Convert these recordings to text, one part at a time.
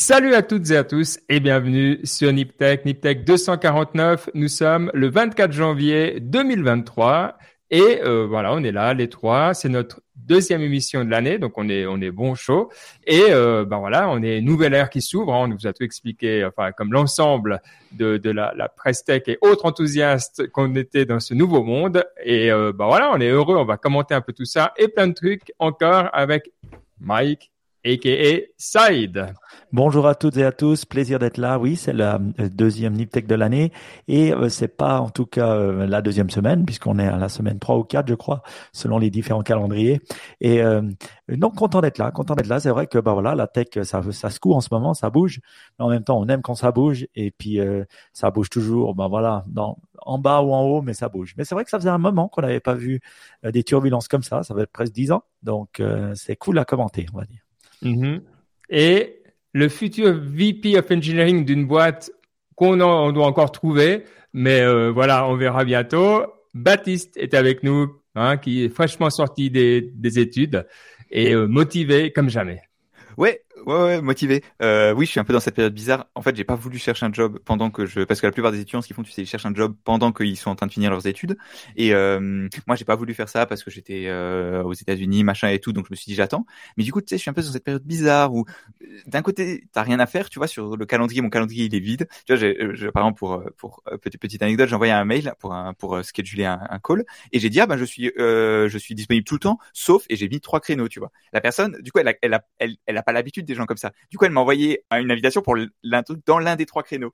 Salut à toutes et à tous et bienvenue sur Niptech 249. Nous sommes le 24 janvier 2023 et voilà, on est là les trois. C'est notre deuxième émission de l'année, donc on est bon chaud. Et voilà, on est nouvelle ère qui s'ouvre. On vous a tout expliqué, enfin comme l'ensemble de la presse tech et autres enthousiastes qu'on était dans ce nouveau monde. Et voilà, on est heureux. On va commenter un peu tout ça et plein de trucs encore avec Mike, a.k.a. Saïd. Bonjour à toutes et à tous, plaisir d'être là. Oui, c'est la deuxième Niptech de l'année et c'est pas en tout cas la deuxième semaine puisqu'on est à la semaine 3 ou 4 je crois, selon les différents calendriers. Et donc content d'être là. C'est vrai que voilà, la tech ça secoue en ce moment, ça bouge, mais en même temps on aime quand ça bouge et puis ça bouge toujours. Voilà, en bas ou en haut, mais ça bouge. Mais c'est vrai que ça faisait un moment qu'on n'avait pas vu des turbulences comme ça. Ça fait presque 10 ans, donc c'est cool à commenter, on va dire. Mm-hmm. Et le futur VP of Engineering d'une boîte on doit encore trouver, mais voilà, on verra bientôt. Baptiste est avec nous, qui est fraîchement sorti des études et motivé comme jamais. Ouais, motivé. Oui, je suis un peu dans cette période bizarre. En fait, j'ai pas voulu chercher un job parce que la plupart des étudiants, ce qu'ils font, tu sais, ils cherchent un job pendant qu'ils sont en train de finir leurs études. Et moi, j'ai pas voulu faire ça parce que j'étais aux États-Unis, machin et tout, donc je me suis dit j'attends. Mais du coup, tu sais, je suis un peu dans cette période bizarre où d'un côté, t'as rien à faire, tu vois, sur le calendrier. Mon calendrier, il est vide. Tu vois, par exemple, pour petite anecdote, j'ai envoyé un mail pour scheduler un call et j'ai dit je suis disponible tout le temps, sauf et j'ai mis 3 créneaux, tu vois. La personne, du coup, elle a pas l'habitude des gens comme ça. Du coup, elle m'a envoyé une invitation pour l'un truc dans l'un des 3 créneaux.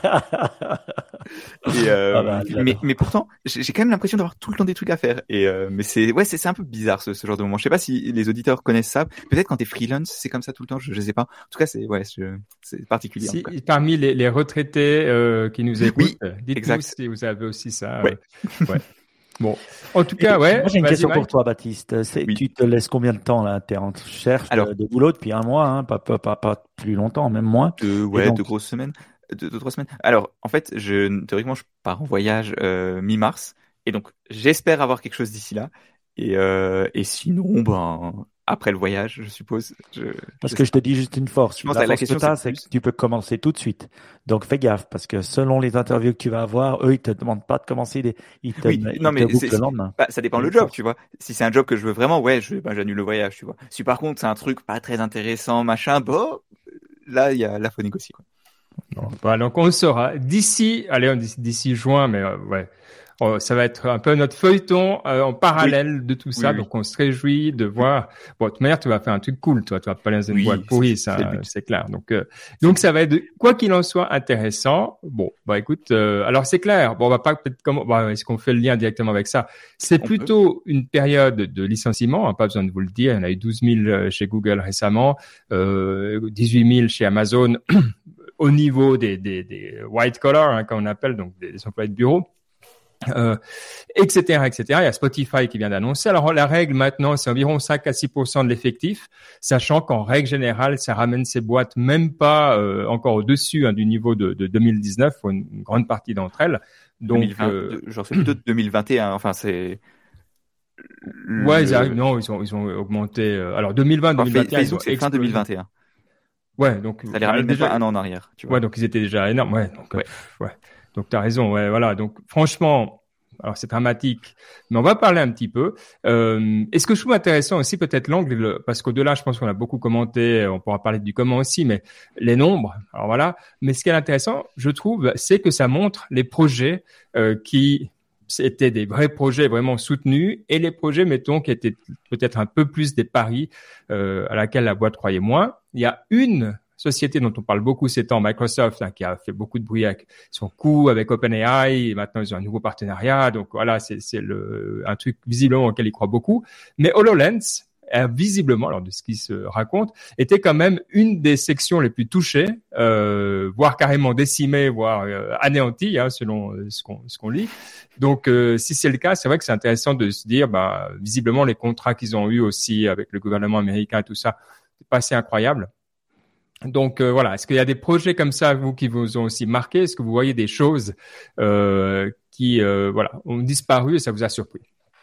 Et mais pourtant, j'ai quand même l'impression d'avoir tout le temps des trucs à faire. Et mais c'est un peu bizarre ce genre de moment. Je sais pas si les auditeurs connaissent ça. Peut-être quand t'es freelance, c'est comme ça tout le temps. Je sais pas. En tout cas, c'est particulier. Si, parmi les retraités qui nous écoutent, oui, dites-nous si vous avez aussi ça. Ouais. Bon, en tout cas, ouais. Moi, j'ai une question Mike. pour toi, Baptiste. Oui. Tu te laisses combien de temps là? T'es en recherche de boulot depuis un mois, pas plus longtemps, même moins. Deux grosses semaines, 2-3 semaines. Alors, en fait, théoriquement, je pars en voyage mi-mars, et donc j'espère avoir quelque chose d'ici là. Et sinon, après le voyage, je suppose. Parce que je te dis juste une force. Je pense la que la force question, que t'as, c'est que tu peux commencer tout de suite. Donc fais gaffe, parce que selon les interviews que tu vas avoir, eux, ils te demandent pas de commencer, ils te bookent le lendemain. Ça dépend le job, tu vois. Si c'est un job que je veux vraiment, j'annule le voyage, tu vois. Si par contre c'est un truc pas très intéressant, machin, là faut négocier, quoi. Bon, donc on le saura d'ici juin, mais ouais. Ça va être un peu notre feuilleton en parallèle de tout ça. Donc, on se réjouit de voir. Bon, de toute manière, tu vas faire un truc cool, toi. Tu vas pas aller dans une boîte pourrie, c'est clair. Donc, ça va être, quoi qu'il en soit, intéressant. Bon, écoute, alors c'est clair. Bon, on va pas peut-être est-ce qu'on fait le lien directement avec ça? C'est plutôt une période de licenciement. Pas besoin de vous le dire. Il y en a eu 12 000 chez Google récemment, 18 000 chez Amazon au niveau des white collar, comme on appelle, donc des employés de bureau. Etc. Il y a Spotify qui vient d'annoncer. Alors, la règle maintenant, c'est environ 5 à 6% de l'effectif, sachant qu'en règle générale, ça ramène ces boîtes même pas encore au-dessus du niveau de 2019 pour une grande partie d'entre elles. Donc, 2020, c'est plutôt 2021. Enfin, c'est. Ouais, ils ont augmenté. Alors, 2020, 2021, Facebook, c'est fin 2021. Ouais, donc. Ça les ramène déjà un an en arrière, tu vois. Ouais, donc ils étaient déjà énormes. Ouais, donc. Ouais. Donc, t'as raison, ouais, voilà. Donc, franchement, alors c'est dramatique, mais on va parler un petit peu. Et ce que je trouve intéressant aussi, peut-être l'angle, parce qu'au-delà, je pense qu'on a beaucoup commenté, on pourra parler du comment aussi, mais les nombres, alors voilà. Mais ce qui est intéressant, je trouve, c'est que ça montre les projets qui étaient des vrais projets vraiment soutenus et les projets, mettons, qui étaient peut-être un peu plus des paris à laquelle la boîte croyait moins. Il y a une société dont on parle beaucoup ces temps, Microsoft, qui a fait beaucoup de bruit avec son coup avec OpenAI, et maintenant ils ont un nouveau partenariat, donc voilà, c'est un truc visiblement auquel ils croient beaucoup. Mais HoloLens, visiblement, alors de ce qui se raconte, était quand même une des sections les plus touchées, voire carrément décimée, voire anéantie, selon ce qu'on lit. Donc, si c'est le cas, c'est vrai que c'est intéressant de se dire, visiblement, les contrats qu'ils ont eus aussi avec le gouvernement américain, tout ça, c'est pas assez incroyable. Donc voilà, est-ce qu'il y a des projets comme ça, vous, qui vous ont aussi marqué? Est-ce que vous voyez des choses qui ont disparu et ça vous a surpris?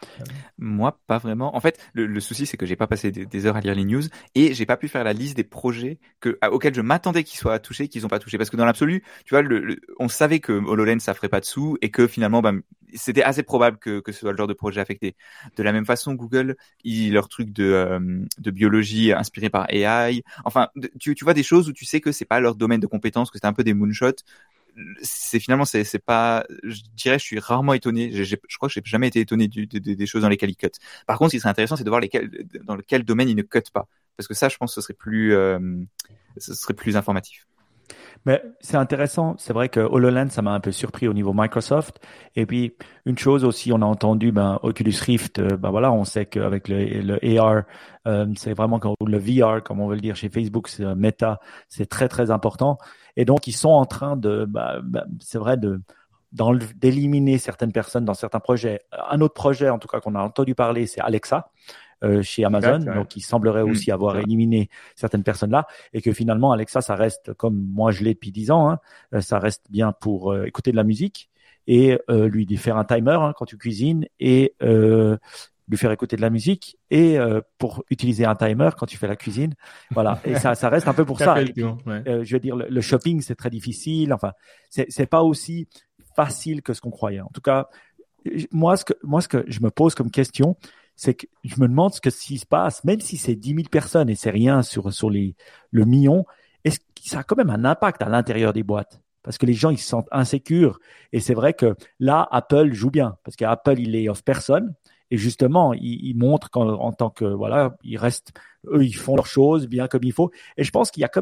Moi, pas vraiment. En fait, le souci, c'est que j'ai pas passé des heures à lire les news et j'ai pas pu faire la liste des projets auxquels je m'attendais qu'ils soient touchés, qu'ils ont pas touché. Parce que dans l'absolu, tu vois, on savait que HoloLens ça ferait pas de sous et que finalement, c'était assez probable que ce soit le genre de projet affecté. De la même façon, Google, leur truc de biologie inspiré par AI. Enfin, tu vois des choses où tu sais que c'est pas leur domaine de compétence, que c'est un peu des moonshots. C'est pas, je dirais, je suis rarement étonné. Je crois que j'ai jamais été étonné des choses dans lesquelles ils cut. Par contre, ce qui serait intéressant, c'est de voir dans lequel domaine ils ne cut pas. Parce que ça, je pense que ce serait plus informatif. Mais c'est intéressant. C'est vrai que HoloLens, ça m'a un peu surpris au niveau Microsoft. Et puis, une chose aussi, on a entendu, Oculus Rift, voilà, on sait qu'avec le AR, c'est vraiment le VR, comme on veut le dire chez Facebook, c'est Meta, c'est très, très important. Et donc, ils sont en train c'est vrai, d'éliminer certaines personnes dans certains projets. Un autre projet, en tout cas, qu'on a entendu parler, c'est Alexa. Chez Amazon, Exact, ouais. donc il semblerait aussi avoir éliminé certaines personnes là, et que finalement Alexa, ça reste comme moi je l'ai depuis 10 ans, ça reste bien pour écouter de la musique et lui faire un timer quand tu cuisines et lui faire écouter de la musique et pour utiliser un timer quand tu fais la cuisine, voilà. Et ça reste un peu pour ça. Et puis, je veux dire, le shopping c'est très difficile. Enfin, c'est pas aussi facile que ce qu'on croyait. En tout cas, moi ce que je me pose comme question, c'est que je me demande ce qui se passe, même si c'est 10 000 personnes et c'est rien sur le million, est-ce que ça a quand même un impact à l'intérieur des boîtes? Parce que les gens, ils se sentent insécures. Et c'est vrai que là, Apple joue bien. Parce qu'Apple, il lay off personne. Et justement, il montre en tant que, voilà, eux, ils font leurs choses bien comme il faut. Et je pense qu'il y a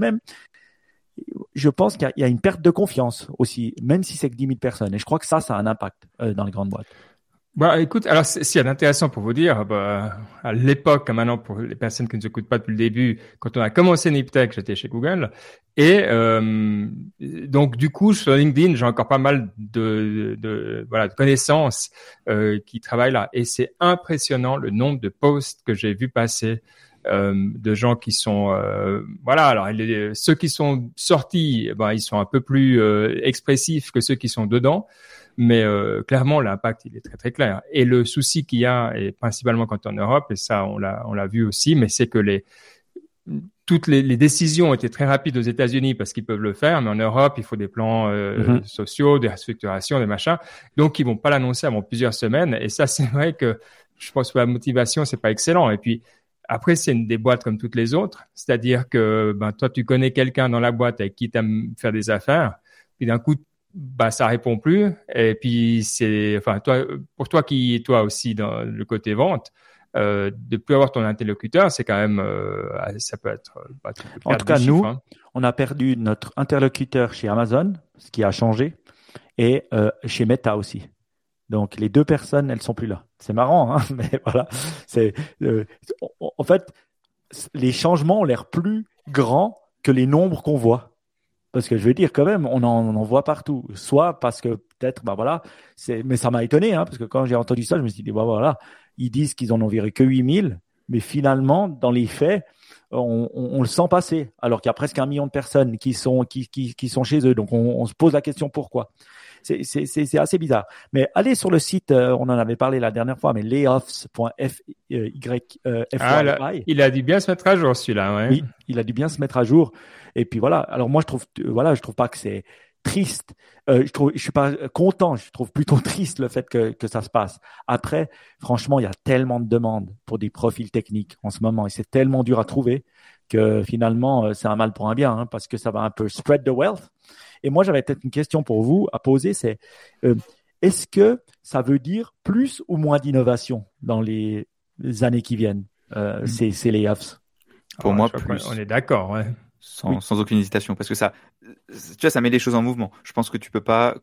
une perte de confiance aussi, même si c'est que 10 000 personnes. Et je crois que ça a un impact dans les grandes boîtes. Écoute, alors s'il y a d'intéressant pour vous dire, à l'époque, maintenant pour les personnes qui ne nous écoutent pas depuis le début, quand on a commencé Niptech, j'étais chez Google, et donc du coup sur LinkedIn, j'ai encore pas mal de connaissances qui travaillent là, et c'est impressionnant le nombre de posts que j'ai vu passer. De gens qui sont alors ceux qui sont sortis, ils sont un peu plus expressifs que ceux qui sont dedans. Mais clairement, l'impact, il est très, très clair. Et le souci qu'il y a, et principalement quand on est en Europe, et ça, on l'a vu aussi, mais c'est que toutes les décisions ont été très rapides aux États-Unis parce qu'ils peuvent le faire, mais en Europe, il faut des plans sociaux, des restructurations, des machins. Donc, ils vont pas l'annoncer avant plusieurs semaines. Et ça, c'est vrai que je pense que la motivation, c'est pas excellent. Et puis, après, c'est des boîtes comme toutes les autres. C'est-à-dire que, toi, tu connais quelqu'un dans la boîte avec qui tu aimes faire des affaires. Puis d'un coup, ça répond plus. Et puis pour toi toi aussi dans le côté vente, de plus avoir ton interlocuteur, c'est quand même, ça peut être. En tout cas, nous, on a perdu notre interlocuteur chez Amazon, ce qui a changé, et chez Meta aussi. Donc les deux personnes, elles sont plus là. C'est marrant, mais voilà. En fait, les changements ont l'air plus grands que les nombres qu'on voit. Parce que je veux dire, quand même, on en voit partout. Soit parce que peut-être, mais ça m'a étonné, parce que quand j'ai entendu ça, je me suis dit, voilà, ils disent qu'ils en ont viré que 8 000, mais finalement, dans les faits, on le sent passer, alors qu'il y a presque 1 million de personnes qui sont chez eux. Donc, on se pose la question pourquoi. C'est assez bizarre. Mais allez sur le site, on en avait parlé la dernière fois, mais layoffs.fyi. Il a dû bien se mettre à jour, celui-là, ouais. Oui, il a dû bien se mettre à jour. Et puis voilà. Alors moi, je trouve pas que c'est triste. Je suis pas content. Je trouve plutôt triste le fait que ça se passe. Après, franchement, il y a tellement de demandes pour des profils techniques en ce moment et c'est tellement dur à trouver que finalement, c'est un mal pour un bien, parce que ça va un peu spread the wealth. Et moi, j'avais peut-être une question pour vous à poser, c'est est-ce que ça veut dire plus ou moins d'innovation dans les années qui viennent, ces layoffs? Pour moi, plus. On est d'accord, ouais. Sans aucune hésitation, parce que ça, tu vois, ça met les choses en mouvement. Je pense que tu peux pas,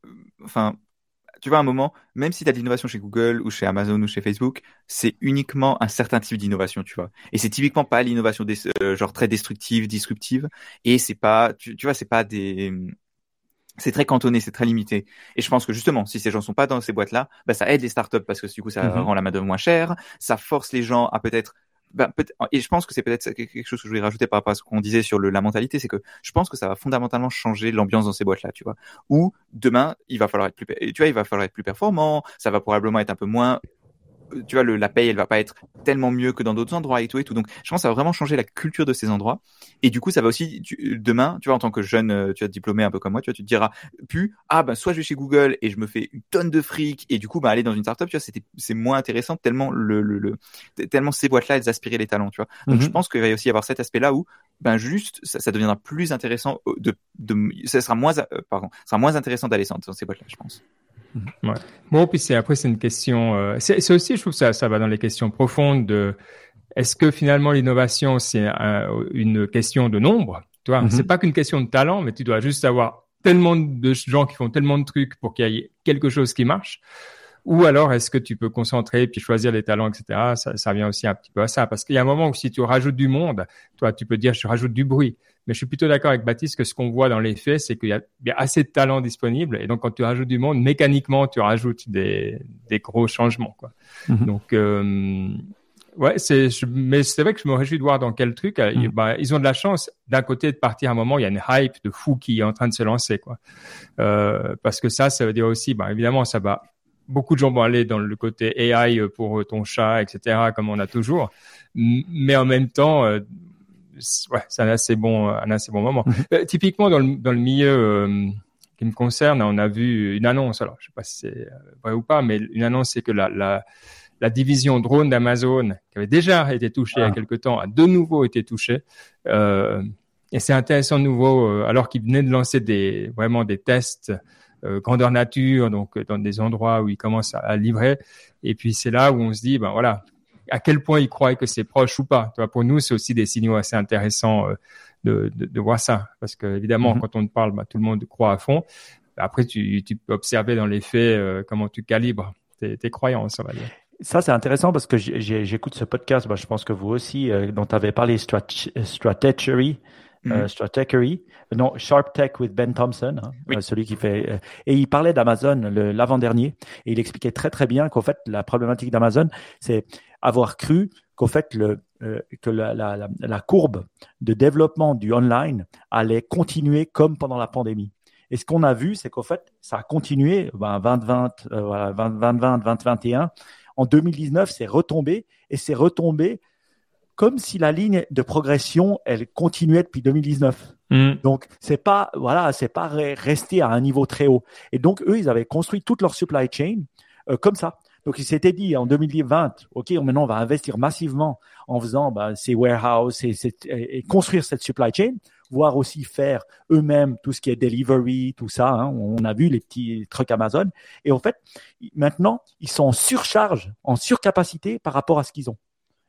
tu vois, à un moment, même si tu as de l'innovation chez Google ou chez Amazon ou chez Facebook, c'est uniquement un certain type d'innovation, tu vois. Et c'est typiquement pas l'innovation genre très destructive, disruptive. Et c'est pas, tu vois, c'est pas c'est très cantonné, c'est très limité. Et je pense que justement, si ces gens sont pas dans ces boîtes-là, ça aide les startups parce que du coup, ça rend la main-d'œuvre moins chère. Ça force les gens à peut-être, et je pense que c'est peut-être quelque chose que je voulais rajouter par rapport à ce qu'on disait sur la mentalité, c'est que je pense que ça va fondamentalement changer l'ambiance dans ces boîtes-là, tu vois. Où demain, il va falloir être plus performant, ça va probablement être un peu moins tu vois, la paye, elle va pas être tellement mieux que dans d'autres endroits et tout. Donc, je pense que ça va vraiment changer la culture de ces endroits. Et du coup, ça va aussi, demain, tu vois, en tant que jeune, tu vois, diplômé un peu comme moi, tu vois, tu te diras, soit je vais chez Google et je me fais une tonne de fric et du coup, aller dans une startup, tu vois, c'est moins intéressant tellement tellement ces boîtes-là, elles aspiraient les talents, tu vois. Donc, je pense qu'il va aussi y avoir cet aspect-là où, juste, ça deviendra plus intéressant ça sera moins intéressant d'aller dans ces boîtes-là, je pense. Ouais. Bon, puis après c'est une question. C'est aussi, je trouve ça va dans les questions profondes de. Est-ce que finalement l'innovation c'est une question de nombre, tu vois, c'est pas qu'une question de talent, mais tu dois juste avoir tellement de gens qui font tellement de trucs pour qu'il y ait quelque chose qui marche. Ou alors, est-ce que tu peux concentrer puis choisir les talents, etc. Ça revient aussi un petit peu à ça. Parce qu'il y a un moment où si tu rajoutes du monde, toi, tu peux dire je rajoute du bruit. Mais je suis plutôt d'accord avec Baptiste que ce qu'on voit dans les faits, c'est qu'il y a assez de talents disponibles. Et donc, quand tu rajoutes du monde, mécaniquement, tu rajoutes des gros changements, quoi. Donc, ouais, mais c'est vrai que je me réjouis de voir dans quel truc. Ils ont de la chance d'un côté de partir à un moment. Il y a une hype de fou qui est en train de se lancer, quoi. Parce que ça veut dire aussi, évidemment, ça va. Beaucoup de gens vont aller dans le côté AI pour ton chat, etc., comme on a toujours. Mais en même temps, c'est un assez bon moment. Typiquement, dans le milieu qui me concerne, on a vu une annonce. Alors, je sais pas si c'est vrai ou pas, mais une annonce, c'est que la division drone d'Amazon, qui avait déjà été touchée il y a quelque temps, a de nouveau été touchée. Et c'est intéressant de nouveau, alors qu'ils venaient de lancer vraiment des tests grandeur nature, donc dans des endroits où ils commencent à livrer. Et puis c'est là où on se dit, voilà, à quel point ils croient que c'est proche ou pas. Tu vois, pour nous, c'est aussi des signaux assez intéressants de voir ça, parce que évidemment, quand on te parle, tout le monde croit à fond. Après, tu peux observer dans les faits comment tu calibres tes croyances, on va dire. Ça, c'est intéressant parce que j'écoute ce podcast, je pense que vous aussi, dont tu avais parlé, Stratechery. Non, Sharp Tech with Ben Thompson, celui qui fait. Et il parlait d'Amazon l'avant-dernier, et il expliquait très très bien qu'en fait la problématique d'Amazon, c'est avoir cru qu'au fait que la courbe de développement du online allait continuer comme pendant la pandémie. Et ce qu'on a vu, c'est qu'au fait, ça a continué, 2020, 2021. En 2019, c'est retombé, et c'est retombé comme si la ligne de progression, elle continuait depuis 2019. Donc, c'est pas resté à un niveau très haut. Et donc, eux, ils avaient construit toute leur supply chain comme ça. Donc, ils s'étaient dit en 2020, OK, maintenant, on va investir massivement en faisant ces warehouses et construire cette supply chain, voire aussi faire eux-mêmes tout ce qui est delivery, tout ça. On a vu les petits trucs Amazon. Et en fait, maintenant, ils sont en surcharge, en surcapacité par rapport à ce qu'ils ont.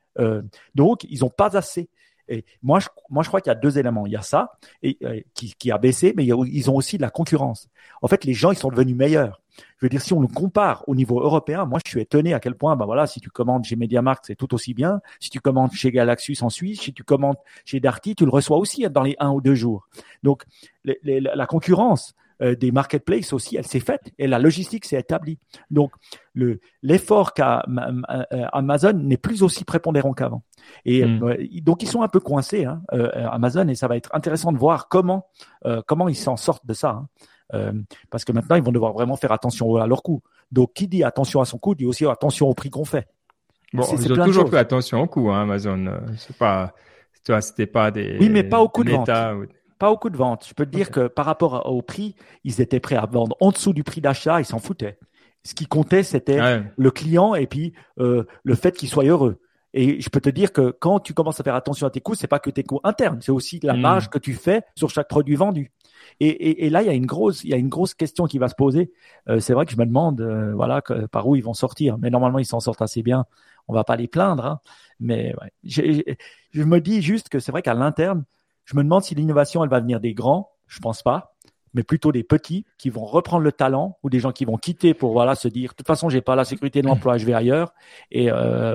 Donc, ils n'ont pas assez. Et moi, je crois qu'il y a deux éléments. Il y a ça qui a baissé, mais ils ont aussi de la concurrence. En fait, les gens, ils sont devenus meilleurs. Je veux dire, si on le compare au niveau européen, moi, je suis étonné à quel point, si tu commandes chez MediaMarkt, c'est tout aussi bien. Si tu commandes chez Galaxus en Suisse, si tu commandes chez Darty, tu le reçois aussi dans les 1 ou 2 jours. Donc, la concurrence des marketplaces aussi, elle s'est faite et la logistique s'est établie. Donc, l'effort qu'a Amazon n'est plus aussi prépondérant qu'avant. Et donc, ils sont un peu coincés, Amazon, et ça va être intéressant de voir comment ils s'en sortent de ça. Parce que maintenant, ils vont devoir vraiment faire attention à leur coût. Donc, qui dit attention à son coût, dit aussi attention au prix qu'on fait. Bon, ils ont toujours fait attention au coût, Amazon. C'est pas, tu vois, c'était pas des. Oui, mais pas au coût de vente. Pas au coût de vente. Je peux te dire que par rapport au prix, ils étaient prêts à vendre en dessous du prix d'achat, ils s'en foutaient. Ce qui comptait, c'était le client et puis le fait qu'il soit heureux. Et je peux te dire que quand tu commences à faire attention à tes coûts, c'est pas que tes coûts internes, c'est aussi la marge que tu fais sur chaque produit vendu. Et là, il y a une grosse question qui va se poser. C'est vrai que je me demande, par où ils vont sortir. Mais normalement, ils s'en sortent assez bien. On va pas les plaindre, Mais ouais. Je me dis juste que c'est vrai qu'à l'interne, je me demande si l'innovation, elle va venir des grands. Je pense pas, mais plutôt des petits qui vont reprendre le talent ou des gens qui vont quitter pour se dire, de toute façon, j'ai pas la sécurité de l'emploi, je vais ailleurs. Et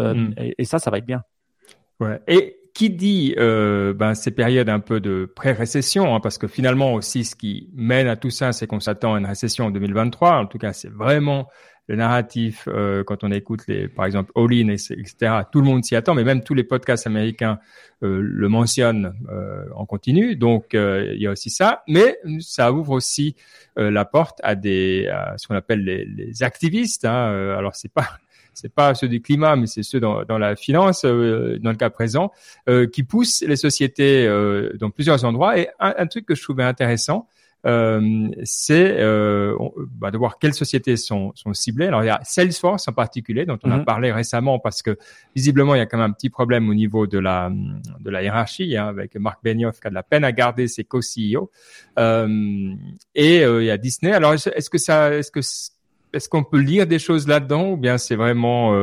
ça va être bien. Ouais. Et qui dit ces périodes un peu de pré-récession, parce que finalement aussi ce qui mène à tout ça, c'est qu'on s'attend à une récession en 2023. En tout cas, c'est vraiment le narratif quand on écoute par exemple All-in, etc. Tout le monde s'y attend, mais même tous les podcasts américains le mentionnent en continu. Donc il y a aussi ça, mais ça ouvre aussi la porte à ce qu'on appelle les activistes. Alors c'est pas c'est pas ceux du climat, mais c'est ceux dans la finance, dans le cas présent, qui poussent les sociétés dans plusieurs endroits. Et un truc que je trouvais intéressant, c'est de voir quelles sociétés sont ciblées. Alors il y a Salesforce en particulier dont on a parlé récemment parce que visiblement il y a quand même un petit problème au niveau de la hiérarchie, hein, avec Mark Benioff qui a de la peine à garder ses co-CEO. Et il y a Disney. Alors est-ce qu'on peut lire des choses là-dedans ou bien c'est vraiment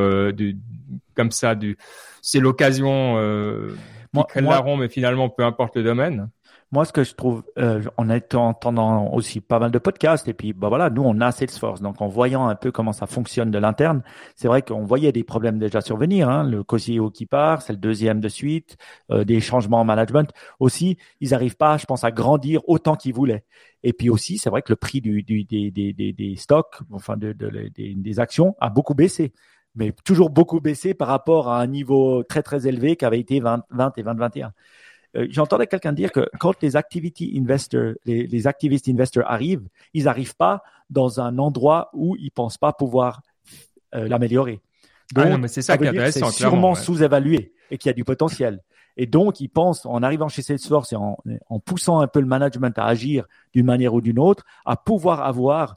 c'est l'occasion qui crée le larron, mais finalement peu importe le domaine. Moi, ce que je trouve, en entendant aussi pas mal de podcasts, et puis voilà, nous on a Salesforce, donc en voyant un peu comment ça fonctionne de l'interne, c'est vrai qu'on voyait des problèmes déjà survenir. Hein, le co-CEO qui part, c'est le deuxième de suite, des changements en management. Aussi, ils n'arrivent pas, je pense, à grandir autant qu'ils voulaient. Et puis aussi, c'est vrai que le prix des stocks, enfin des actions, a beaucoup baissé, mais toujours beaucoup baissé par rapport à un niveau très très élevé qui avait été 20 et 2021. J'entendais quelqu'un dire que quand les activity investors, les activist investors arrivent, ils n'arrivent pas dans un endroit où ils pensent pas pouvoir l'améliorer. Donc, non, mais c'est ça qui est intéressant. C'est sûrement sous-évalué et qu'il y a du potentiel. Et donc, ils pensent, en arrivant chez Salesforce et en poussant un peu le management à agir d'une manière ou d'une autre, à pouvoir avoir,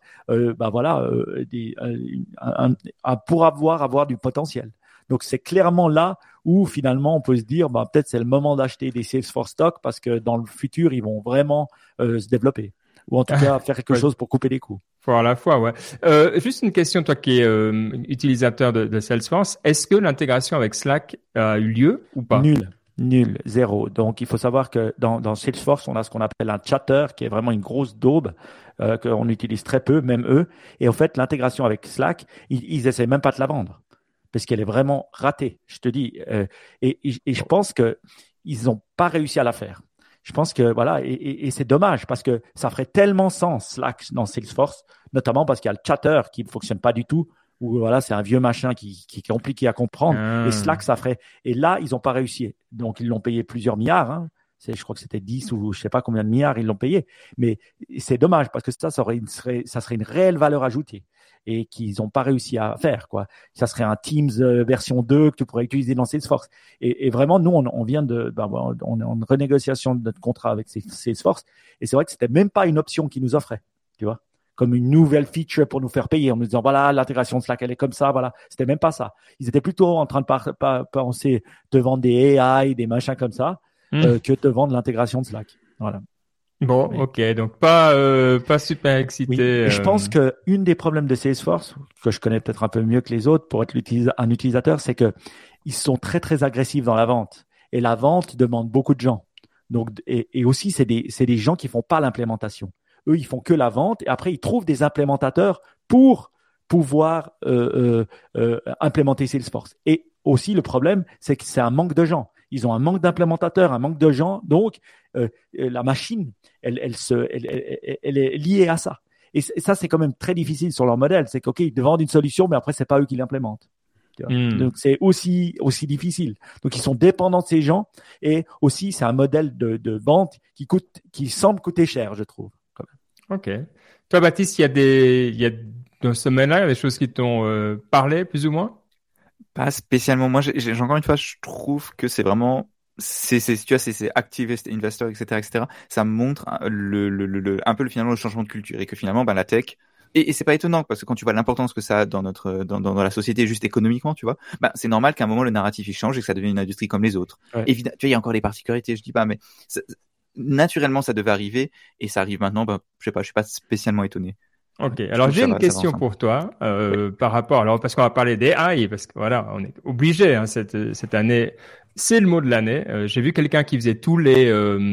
avoir du potentiel. Donc, c'est clairement là où finalement on peut se dire, peut-être c'est le moment d'acheter des Salesforce stocks parce que dans le futur, ils vont vraiment se développer. Ou en tout cas, faire quelque chose pour couper les coûts. Faut à la fois, ouais. Juste une question, toi qui es utilisateur de Salesforce, est-ce que l'intégration avec Slack a eu lieu ou pas? Nul, zéro. Donc, il faut savoir que dans Salesforce, on a ce qu'on appelle un chatter qui est vraiment une grosse daube qu'on utilise très peu, même eux. Et en fait, l'intégration avec Slack, ils essaient même pas de la vendre parce qu'elle est vraiment ratée, je te dis. Et je pense que ils n'ont pas réussi à la faire. Je pense que voilà, et c'est dommage parce que ça ferait tellement sens Slack dans Salesforce, notamment parce qu'il y a le chatter qui ne fonctionne pas du tout. Ou voilà, c'est un vieux machin qui est compliqué à comprendre. Et Slack, ça ferait. Et là, ils n'ont pas réussi. Donc, ils l'ont payé plusieurs milliards. Hein. Je crois que c'était 10 ou je sais pas combien de milliards ils l'ont payé. Mais c'est dommage parce que ça serait une réelle valeur ajoutée et qu'ils n'ont pas réussi à faire, quoi. Ça serait un Teams version 2 que tu pourrais utiliser dans Salesforce. Et vraiment, nous, on vient on est en renégociation de notre contrat avec Salesforce. Et c'est vrai que c'était même pas une option qu'ils nous offraient, tu vois, comme une nouvelle feature pour nous faire payer en nous disant, voilà, l'intégration de Slack, elle est comme ça, voilà. C'était même pas ça. Ils étaient plutôt en train de penser de vendre des AI, des machins comme ça, que de vendre l'intégration de Slack. Voilà. Bon, ok, donc pas super excité. Oui. Et je pense que une des problèmes de Salesforce, que je connais peut-être un peu mieux que les autres pour être un utilisateur, c'est que ils sont très très agressifs dans la vente. Et la vente demande beaucoup de gens. Donc et aussi c'est des gens qui font pas l'implémentation. Eux, ils font que la vente et après ils trouvent des implémentateurs pour pouvoir implémenter Salesforce. Et aussi le problème, c'est que c'est un manque de gens. Ils ont un manque d'implémentateurs, un manque de gens. Donc la machine, elle est liée à ça. Et ça, c'est quand même très difficile sur leur modèle. C'est qu'ok, ils vendent une solution, mais après c'est pas eux qui l'implémentent. Donc c'est aussi difficile. Donc ils sont dépendants de ces gens et aussi c'est un modèle de vente qui semble coûter cher, je trouve. Ok. Toi, Baptiste, il y a dans ce domaine-là, il y a des choses qui t'ont parlé, plus ou moins? Pas spécialement. Moi, j'ai encore une fois, je trouve que c'est vraiment, tu vois, c'est activist, investor, etc. Ça montre un peu finalement le changement de culture et que finalement, la tech, et c'est pas étonnant parce que quand tu vois l'importance que ça a dans dans la société juste économiquement, tu vois, c'est normal qu'à un moment le narratif il change et que ça devienne une industrie comme les autres. Ouais. Évidemment, tu vois, il y a encore des particularités, je dis pas, mais naturellement ça devait arriver et ça arrive maintenant. Je sais pas, je suis pas spécialement étonné. Ok, alors j'ai une question pour toi par rapport, alors parce qu'on va parler d'AI, parce que voilà, on est obligé cette année, c'est le mot de l'année. J'ai vu quelqu'un qui faisait tous les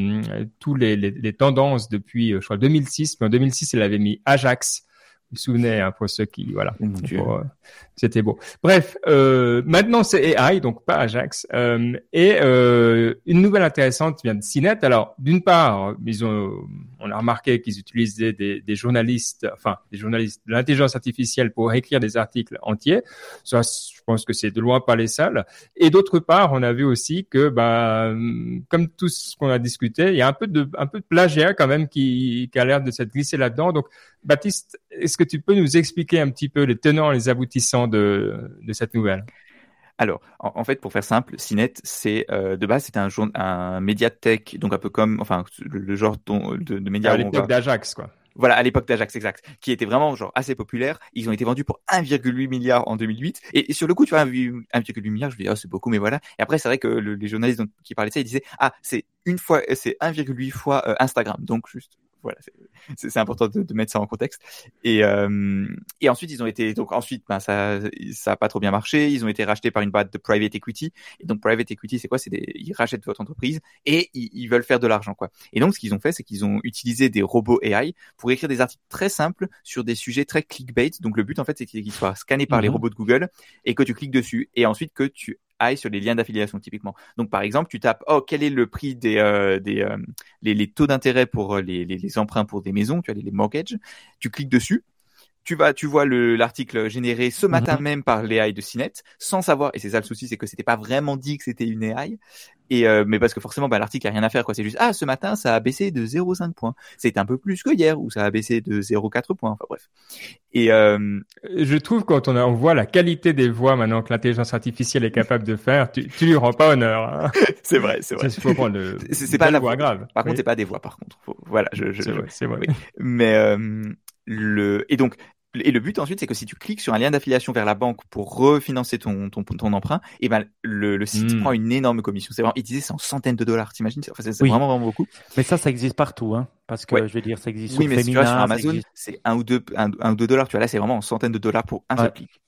tendances depuis, je crois 2006, mais en 2006 il avait mis Ajax. Vous vous souvenez, hein, pour ceux qui, voilà, c'était beau. Bref, maintenant c'est AI, donc pas Ajax, et une nouvelle intéressante vient de CNET. Alors, d'une part, ils ont on a remarqué qu'ils utilisaient des journalistes, de l'intelligence artificielle pour écrire des articles entiers. Ça, je pense que c'est de loin pas les seuls. Et d'autre part, on a vu aussi que, comme tout ce qu'on a discuté, il y a un peu de plagiat quand même qui a l'air de s'être glissé là-dedans. Donc, Baptiste, est-ce que tu peux nous expliquer un petit peu les tenants et les aboutissants de cette nouvelle? Alors, en fait, pour faire simple, CNET, c'est de base, c'était un média tech, donc un peu comme, enfin, le genre de média. À l'époque d'Ajax, quoi. Voilà, à l'époque d'Ajax, exact, qui était vraiment genre assez populaire. Ils ont été vendus pour 1,8 milliard en 2008. Et sur le coup, tu vois, 1,8 milliard, je me dis, c'est beaucoup, mais voilà. Et après, c'est vrai que les journalistes qui parlaient de ça, ils disaient, c'est 1,8 fois Instagram. Donc, juste, voilà, c'est important de mettre ça en contexte. Et ensuite, ils ont été, donc ensuite, ça a pas trop bien marché. Ils ont été rachetés par une boîte de private equity. Et donc, private equity, c'est quoi? Ils rachètent votre entreprise et ils veulent faire de l'argent, quoi. Et donc, ce qu'ils ont fait, c'est qu'ils ont utilisé des robots AI pour écrire des articles très simples sur des sujets très clickbait. Donc, le but, en fait, c'est qu'ils soient scannés par les robots de Google et que tu cliques dessus et ensuite que tu ailles sur les liens d'affiliation, typiquement. Donc, par exemple, tu tapes, quel est le prix les taux d'intérêt pour les emprunts pour des maisons, tu as les mortgages. Tu cliques dessus. Tu vois l'article généré ce matin même par l'AI de CNET, sans savoir, et c'est ça le souci, c'est que c'était pas vraiment dit que c'était une AI, mais parce que forcément, l'article a rien à faire, quoi. C'est juste, ce matin, ça a baissé de 0,5 points. C'est un peu plus que hier, où ça a baissé de 0,4 points. Enfin, bref. Et, je trouve quand on voit la qualité des voix maintenant que l'intelligence artificielle est capable de faire, tu lui rends pas honneur, hein. C'est vrai. Il faut prendre c'est pas la voix grave. Par contre, c'est pas des voix, par contre. Voilà, c'est vrai. Oui. Mais, et le but ensuite, c'est que si tu cliques sur un lien d'affiliation vers la banque pour refinancer ton emprunt, et le site prend une énorme commission. C'est vraiment, il disait, c'est en centaines de dollars, t'imagines? Enfin, c'est vraiment, vraiment beaucoup. Mais ça existe partout, hein. Parce que, je veux dire, ça existe sur mais Femina, si tu vois, sur Amazon, c'est 1 ou 2 dollars. Tu vois, là, c'est vraiment en centaines de dollars pour un seul clic.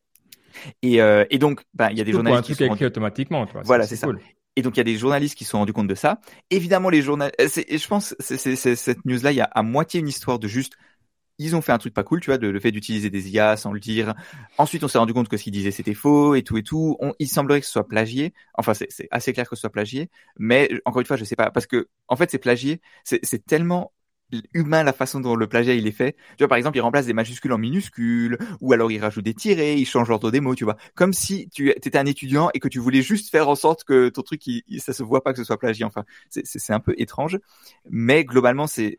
Et donc, il y a des journalistes qui sont écrit automatiquement, tu vois. Voilà, c'est ça. Cool. Et donc, il y a des journalistes qui se sont rendus compte de ça. Évidemment, les journalistes, je pense, cette news-là, il y a à moitié une histoire de juste, ils ont fait un truc pas cool, tu vois, le fait d'utiliser des IA sans le dire. Ensuite, on s'est rendu compte que ce qu'ils disaient, c'était faux et tout. Il semblerait que ce soit plagié. Enfin, c'est assez clair que ce soit plagié. Mais, encore une fois, je sais pas. Parce que, en fait, c'est plagié. C'est tellement humain la façon dont le plagiat il est fait. Tu vois, par exemple, il remplace des majuscules en minuscules, ou alors il rajoute des tirets, il change l'ordre des mots, tu vois. Comme si tu étais un étudiant et que tu voulais juste faire en sorte que ton truc, ça se voit pas que ce soit plagié. Enfin, c'est un peu étrange. Mais, globalement, c'est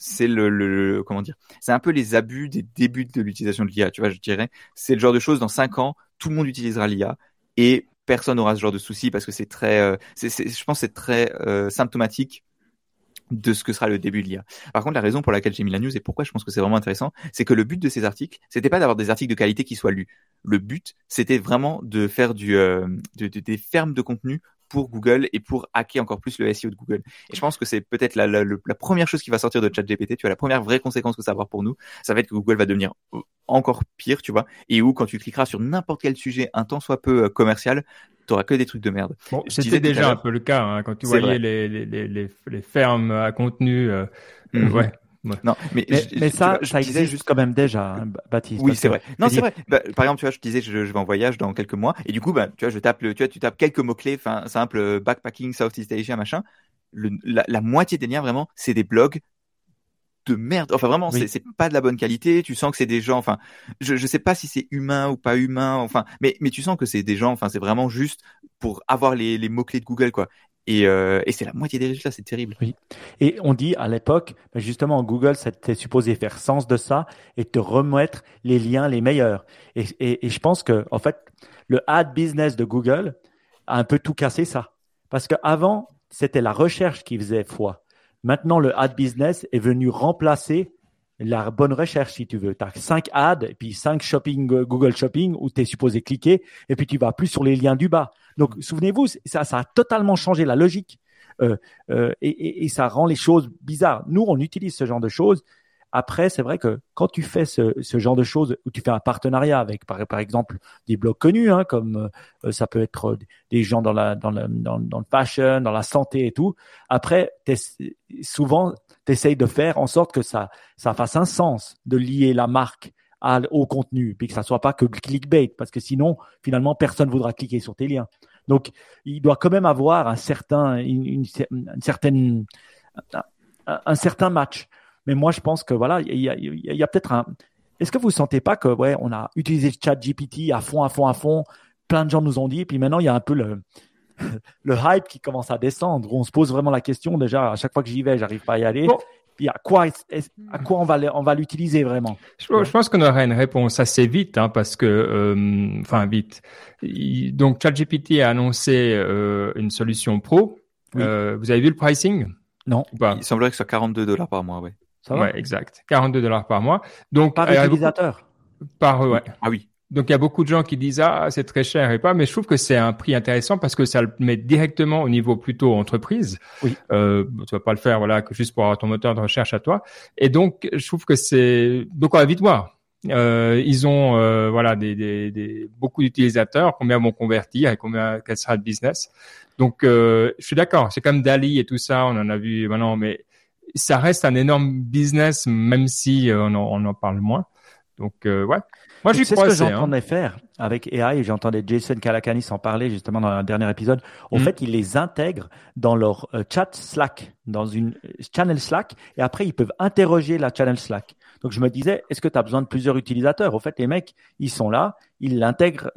comment dire, c'est un peu les abus des débuts de l'utilisation de l'IA, tu vois, je dirais. C'est le genre de choses, dans 5 ans, tout le monde utilisera l'IA et personne n'aura ce genre de soucis parce que c'est très, je pense que c'est très symptomatique de ce que sera le début de l'IA. Par contre, la raison pour laquelle j'ai mis la news et pourquoi je pense que c'est vraiment intéressant, c'est que le but de ces articles, c'était pas d'avoir des articles de qualité qui soient lus. Le but, c'était vraiment de faire des fermes de contenu pour Google et pour hacker encore plus le SEO de Google. Et je pense que c'est peut-être la première chose qui va sortir de ChatGPT, tu vois, la première vraie conséquence que ça va avoir pour nous, ça va être que Google va devenir encore pire, tu vois, et où quand tu cliqueras sur n'importe quel sujet, un tant soit peu commercial, t'auras que des trucs de merde. Bon, c'était déjà un peu le cas, hein, quand tu voyais les fermes à contenu, ouais. Ouais. Non, mais ça existe juste quand même déjà, hein, Baptiste. Oui, c'est vrai. Non, c'est vrai. Par exemple, tu vois, je disais, je vais en voyage dans quelques mois, et du coup, tu vois, tu tapes quelques mots-clés, enfin, simple, backpacking, Southeast Asia, machin. La moitié des liens, vraiment, c'est des blogs de merde. Enfin, vraiment, c'est pas de la bonne qualité. Tu sens que c'est des gens, enfin, je sais pas si c'est humain ou pas humain, enfin, mais tu sens que c'est des gens, enfin, c'est vraiment juste pour avoir les mots-clés de Google, quoi. Et c'est la moitié des résultats, c'est terrible. Oui. Et on dit à l'époque, justement, Google, c'était supposé faire sens de ça et te remettre les liens les meilleurs. Et je pense que, en fait, le ad business de Google a un peu tout cassé ça. Parce qu'avant, c'était la recherche qui faisait foi. Maintenant, le ad business est venu remplacer la bonne recherche, si tu veux. Tu as 5 ads et puis 5 shopping, Google Shopping où tu es supposé cliquer et puis tu vas plus sur les liens du bas. Donc, souvenez-vous, ça a totalement changé la logique et ça rend les choses bizarres. Nous, on utilise ce genre de choses. Après, c'est vrai que quand tu fais ce genre de choses où tu fais un partenariat avec, par exemple, des blogs connus, hein, comme ça peut être des gens dans le fashion, dans la santé et tout. Après, souvent, tu essayes de faire en sorte que ça fasse un sens de lier la marque au contenu, puis que ça soit pas que clickbait, parce que sinon, finalement, personne voudra cliquer sur tes liens. Donc, il doit quand même avoir un certain un certain match. Mais moi, je pense que voilà, il y a peut-être un. Est-ce que vous sentez pas que ouais, on a utilisé ChatGPT à fond, plein de gens nous ont dit, puis maintenant il y a un peu le hype qui commence à descendre. On se pose vraiment la question déjà. À chaque fois que j'y vais, j'arrive pas à y aller. Bon. Puis à quoi on va l'utiliser vraiment? Je pense qu'on aura une réponse assez vite, hein, parce que, vite. Donc, ChatGPT a annoncé une solution pro. Oui. Vous avez vu le pricing? Non. Il semblerait que ce soit $42 par mois, ouais. Ça va? Ouais, exact. $42 par mois. Donc, par utilisateur. Ouais. Ah oui. Donc, il y a beaucoup de gens qui disent, c'est très cher et pas, mais je trouve que c'est un prix intéressant parce que ça le met directement au niveau plutôt entreprise. Oui. Tu vas pas le faire, voilà, que juste pour avoir ton moteur de recherche à toi. Et donc, je trouve que donc, on va vite voir. Ils ont, beaucoup d'utilisateurs, combien vont convertir et quel sera le business. Donc, je suis d'accord. C'est comme DALL-E et tout ça, on en a vu maintenant, mais ça reste un énorme business, même si on en parle moins. Donc, ouais. Moi, j'y crois. C'est ce que j'entendais faire avec AI. J'entendais Jason Calacanis en parler justement dans un dernier épisode. En fait, ils les intègrent dans leur chat Slack, dans une channel Slack, et après, ils peuvent interroger la channel Slack. Donc, je me disais, est-ce que tu as besoin de plusieurs utilisateurs? En fait, les mecs, ils sont là, ils l'intègrent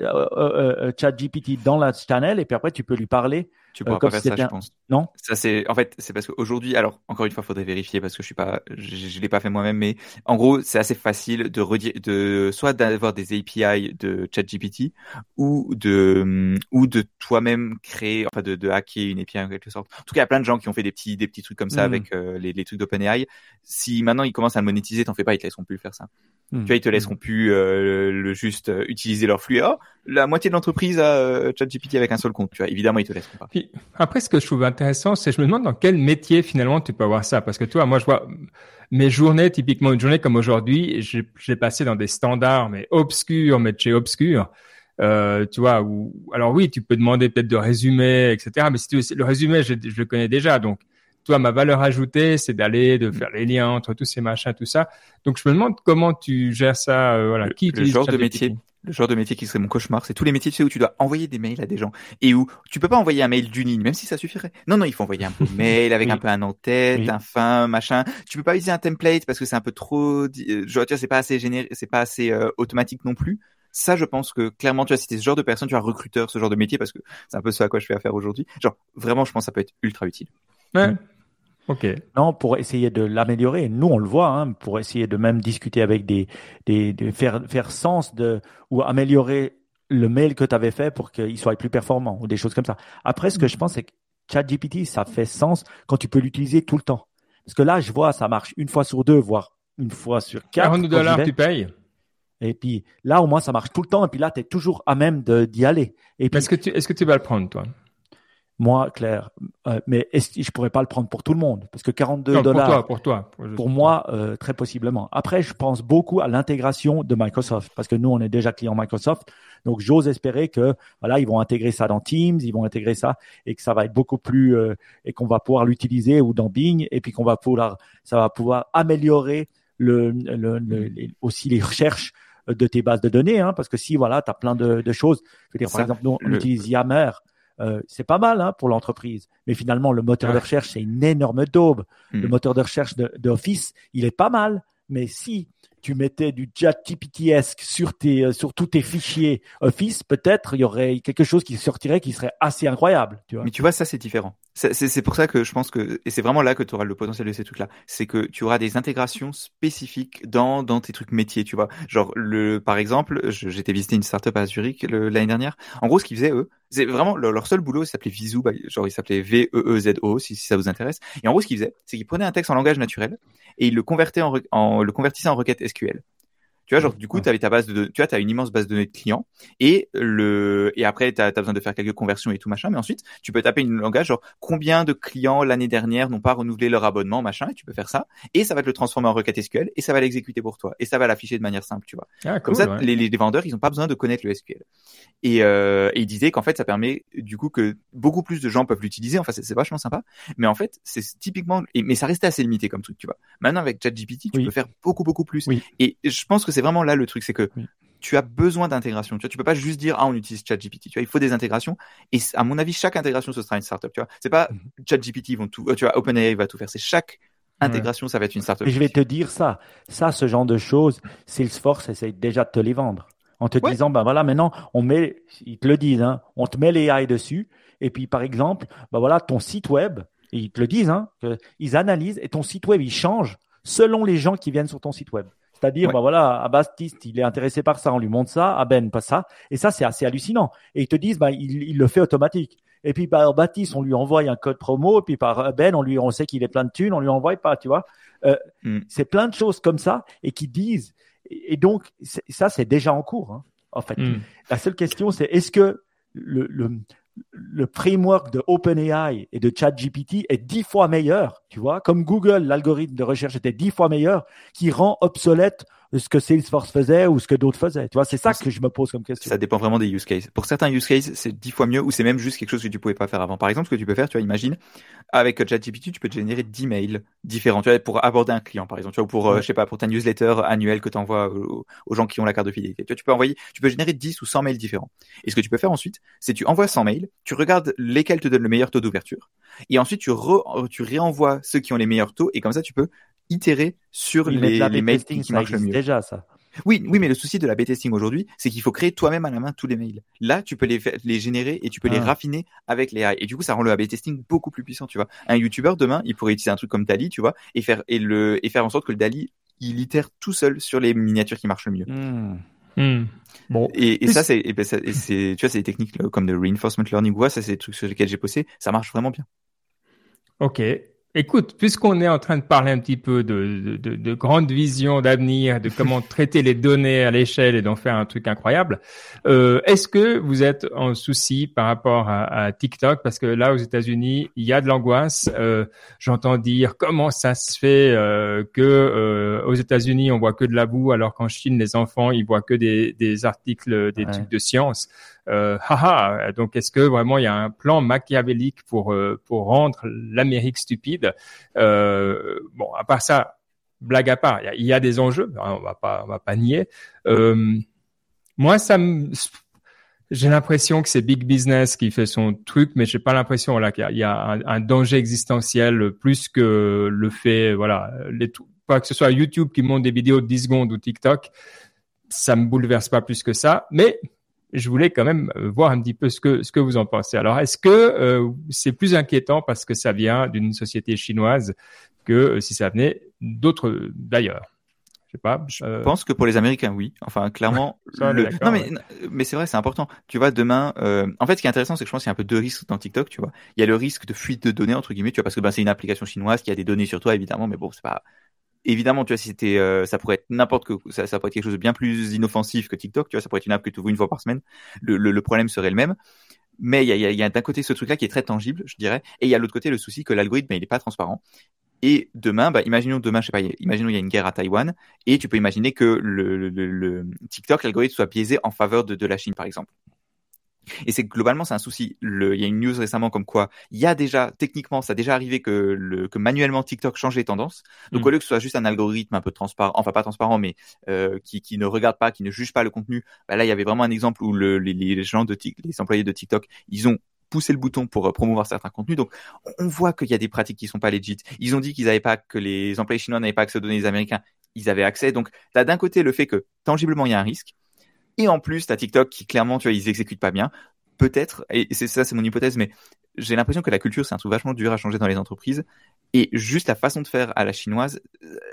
ChatGPT dans la channel, et puis après, tu peux lui parler. Tu pourras pas faire ça, je pense. Non? Ça, c'est parce qu'aujourd'hui, alors, encore une fois, faudrait vérifier parce que je l'ai pas fait moi-même, mais en gros, c'est assez facile soit d'avoir des API de ChatGPT ou de toi-même créer, enfin, de hacker une API en quelque sorte. En tout cas, il y a plein de gens qui ont fait des petits trucs comme ça avec les trucs d'OpenAI. Si maintenant ils commencent à le monétiser, t'en fais pas, ils te laisseront plus le faire ça. Tu vois, ils te laisseront plus juste utiliser leur flux. La moitié de l'entreprise a ChatGPT avec un seul compte. Tu vois, évidemment, ils te laisseront pas. Puis, après, ce que je trouve intéressant, c'est je me demande dans quel métier finalement tu peux avoir ça, parce que toi, moi, je vois mes journées, typiquement une journée comme aujourd'hui, j'ai passé dans des standards mais obscurs, mais de chez obscurs. Tu vois, alors oui, tu peux demander peut-être de résumer, etc. Mais si le résumé, je le connais déjà, donc. Toi, ma valeur ajoutée, c'est de faire les liens entre tous ces machins, tout ça. Donc, je me demande comment tu gères ça, Qui utilise le genre de métier qui serait mon cauchemar, c'est tous les métiers, tu sais, où tu dois envoyer des mails à des gens et où tu peux pas envoyer un mail d'une ligne, même si ça suffirait. Non, il faut envoyer un peu de mail avec un peu un en-tête, un fin, machin. Tu peux pas utiliser un template parce que c'est un peu trop, tu vois, c'est pas assez c'est pas assez automatique non plus. Ça, je pense que clairement, tu vois, si t'es ce genre de personne, tu as recruteur, ce genre de métier, parce que c'est un peu ce à quoi je fais affaire aujourd'hui. Genre, vraiment, je pense que ça peut être ultra utile. Ouais. Ok. Non, pour essayer de l'améliorer. Nous, on le voit, hein, pour essayer de même discuter avec faire sens ou améliorer le mail que tu avais fait pour qu'il soit plus performant ou des choses comme ça. Après, ce que je pense, c'est que ChatGPT, ça fait sens quand tu peux l'utiliser tout le temps. Parce que là, je vois, ça marche une fois sur deux, voire une fois sur quatre. $40 tu payes. Et puis là, au moins, ça marche tout le temps. Et puis là, tu es toujours à même d'y aller. Et puis, est-ce que tu vas le prendre, toi? Moi, Claire, mais je pourrais pas le prendre pour tout le monde parce que $42. Pour toi. Pour moi, très possiblement. Après, je pense beaucoup à l'intégration de Microsoft parce que nous, on est déjà client Microsoft. Donc, j'ose espérer que voilà, ils vont intégrer ça dans Teams, ils vont intégrer ça et que ça va être beaucoup plus et qu'on va pouvoir l'utiliser ou dans Bing et puis ça va pouvoir améliorer aussi les recherches de tes bases de données, hein, parce que si voilà, tu as plein de choses. Je veux dire, par exemple, nous, on utilise Yammer. C'est pas mal pour l'entreprise, mais finalement le moteur de recherche c'est une énorme daube. Le moteur de recherche d'Office, il est pas mal, mais si tu mettais du ChatGPT-esque sur tous tes fichiers Office, peut-être il y aurait quelque chose qui sortirait qui serait assez incroyable, tu vois. Mais tu vois, ça c'est différent. C'est pour ça que je pense que, et c'est vraiment là que tu auras le potentiel de ces trucs-là, c'est que tu auras des intégrations spécifiques dans tes trucs métiers, tu vois. Genre par exemple, j'étais visiter une startup à Zurich l'année dernière. En gros, ce qu'ils faisaient eux, c'est vraiment leur seul boulot, ça s'appelait Vizu, genre il s'appelait VEEZO si ça vous intéresse. Et en gros, ce qu'ils faisaient, c'est qu'ils prenaient un texte en langage naturel et ils le convertissaient en requête SQL. Tu vois, genre, du coup, tu avais ta base tu vois, tu as une immense base de données de clients et après, tu as besoin de faire quelques conversions et tout machin, mais ensuite, tu peux taper une langage, genre, combien de clients l'année dernière n'ont pas renouvelé leur abonnement, machin, et tu peux faire ça, et ça va te le transformer en requête SQL, et ça va l'exécuter pour toi, et ça va l'afficher de manière simple, tu vois. Comme ça, les vendeurs, ils ont pas besoin de connaître le SQL. Et ils disaient qu'en fait, ça permet, du coup, que beaucoup plus de gens peuvent l'utiliser, enfin, c'est vachement sympa, mais en fait, c'est typiquement, mais ça restait assez limité comme truc, tu vois. Maintenant, avec ChatGPT, tu peux faire beaucoup, beaucoup plus. Et je pense que c'est vraiment là le truc, c'est que tu as besoin d'intégration. Tu vois, tu peux pas juste dire on utilise ChatGPT. Tu vois, il faut des intégrations. Et à mon avis, chaque intégration ce sera une startup. Tu vois, c'est pas ChatGPT vont tout. Tu vois, OpenAI va tout faire. C'est chaque intégration, ça va être une startup. Et je vais te dire ça, ce genre de choses, Salesforce essaye déjà de te les vendre. En te disant, ben voilà, maintenant, ils te le disent, hein, on te met les AI dessus. Et puis, par exemple, ben voilà, ton site web, et ils te le disent, hein, ils analysent et ton site web, il change selon les gens qui viennent sur ton site web. C'est-à-dire, ben voilà, à Baptiste, il est intéressé par ça, on lui montre ça, à Ben, pas ça. Et ça, c'est assez hallucinant. Et ils te disent, ben, il le fait automatique. Et puis, par Baptiste, on lui envoie un code promo. Et puis, par Ben, on sait qu'il est plein de thunes, on lui envoie pas, tu vois. C'est plein de choses comme ça et qui disent, et donc, ça, c'est déjà en cours, hein, en fait. La seule question, c'est est-ce que le framework de OpenAI et de ChatGPT est 10 fois meilleur, tu vois, comme Google, l'algorithme de recherche était 10 fois meilleur, qui rend obsolète ce que Salesforce faisait ou ce que d'autres faisaient. Tu vois, c'est ça que je me pose comme question. Ça dépend vraiment des use cases. Pour certains use cases, c'est 10 fois mieux ou c'est même juste quelque chose que tu pouvais pas faire avant. Par exemple, ce que tu peux faire, tu vois, imagine, avec ChatGPT, tu peux te générer 10 mails différents, tu vois, pour aborder un client, par exemple, tu vois, ou pour, je sais pas, pour ta newsletter annuelle que tu envoies aux gens qui ont la carte de fidélité. Tu vois, tu peux générer 10 ou 100 mails différents. Et ce que tu peux faire ensuite, c'est tu envoies 100 mails, tu regardes lesquels te donnent le meilleur taux d'ouverture. Et ensuite, tu réenvoies ceux qui ont les meilleurs taux et comme ça, tu peux itérer sur les mails qui marchent le mieux. Déjà, ça. Oui, mais le souci de la B-testing aujourd'hui, c'est qu'il faut créer toi-même à la main tous les mails. Là, tu peux les générer et tu peux les raffiner avec les AI. Et du coup, ça rend le A/B testing beaucoup plus puissant, tu vois. Un YouTuber, demain, il pourrait utiliser un truc comme DALL-E, tu vois, et faire en sorte que le DALL-E, il itère tout seul sur les miniatures qui marchent le mieux. Bon. Et ça, tu vois, c'est des techniques comme le reinforcement learning, ça, c'est des trucs sur lesquels j'ai bossé. Ça marche vraiment bien. Ok. Écoute, puisqu'on est en train de parler un petit peu de grande vision d'avenir, de comment traiter les données à l'échelle et d'en faire un truc incroyable, est-ce que vous êtes en souci par rapport à TikTok? Parce que là, aux États-Unis, il y a de l'angoisse. J'entends dire comment ça se fait que aux États-Unis, on voit que de la boue, alors qu'en Chine, les enfants, ils voient que des articles, des trucs de science. Donc est-ce que vraiment il y a un plan machiavélique pour rendre l'Amérique stupide? Bon, à part ça, blague à part, il y a des enjeux, on va pas nier. Moi, j'ai l'impression que c'est Big Business qui fait son truc, mais j'ai pas l'impression qu'il y a un danger existentiel plus que le fait, voilà, pas que ce soit YouTube qui monte des vidéos de 10 secondes ou TikTok, ça me bouleverse pas plus que ça, mais je voulais quand même voir un petit peu ce que vous en pensez. Alors, est-ce que c'est plus inquiétant parce que ça vient d'une société chinoise que si ça venait d'autres d'ailleurs? Je sais pas. Je pense que pour les Américains, oui. Enfin, clairement. Non, mais c'est vrai, c'est important. Tu vois, demain, en fait, ce qui est intéressant, c'est que je pense qu'il y a un peu deux risques dans TikTok, tu vois. Il y a le risque de fuite de données, entre guillemets, tu vois, parce que c'est une application chinoise qui a des données sur toi, évidemment, mais bon, c'est pas. Évidemment, tu vois, si c'était, ça pourrait être ça pourrait être quelque chose de bien plus inoffensif que TikTok, tu vois, ça pourrait être une app que tu ouvres une fois par semaine. Le problème serait le même. Mais il y a d'un côté ce truc-là qui est très tangible, je dirais, et il y a l'autre côté le souci que l'algorithme, il est pas transparent. Et demain, imaginons demain, je sais pas, imaginons il y a une guerre à Taïwan, et tu peux imaginer que le TikTok, l'algorithme soit biaisé en faveur de la Chine, par exemple. Et c'est globalement c'est un souci. Il y a une news récemment comme quoi il y a déjà techniquement ça a déjà arrivé que manuellement TikTok change les tendances. Donc au lieu que ce soit juste un algorithme un peu transparent, enfin pas transparent mais qui ne regarde pas, qui ne juge pas le contenu, là il y avait vraiment un exemple où les gens les employés de TikTok, ils ont poussé le bouton pour promouvoir certains contenus. Donc on voit qu'il y a des pratiques qui sont pas legit. Ils ont dit que les employés chinois n'avaient pas accès aux données des Américains, ils avaient accès. Donc t'as d'un côté le fait que tangiblement il y a un risque. Et en plus, t'as TikTok qui clairement, tu vois, ils exécutent pas bien. Peut-être, et c'est mon hypothèse, mais j'ai l'impression que la culture, c'est un truc vachement dur à changer dans les entreprises. Et juste la façon de faire à la chinoise,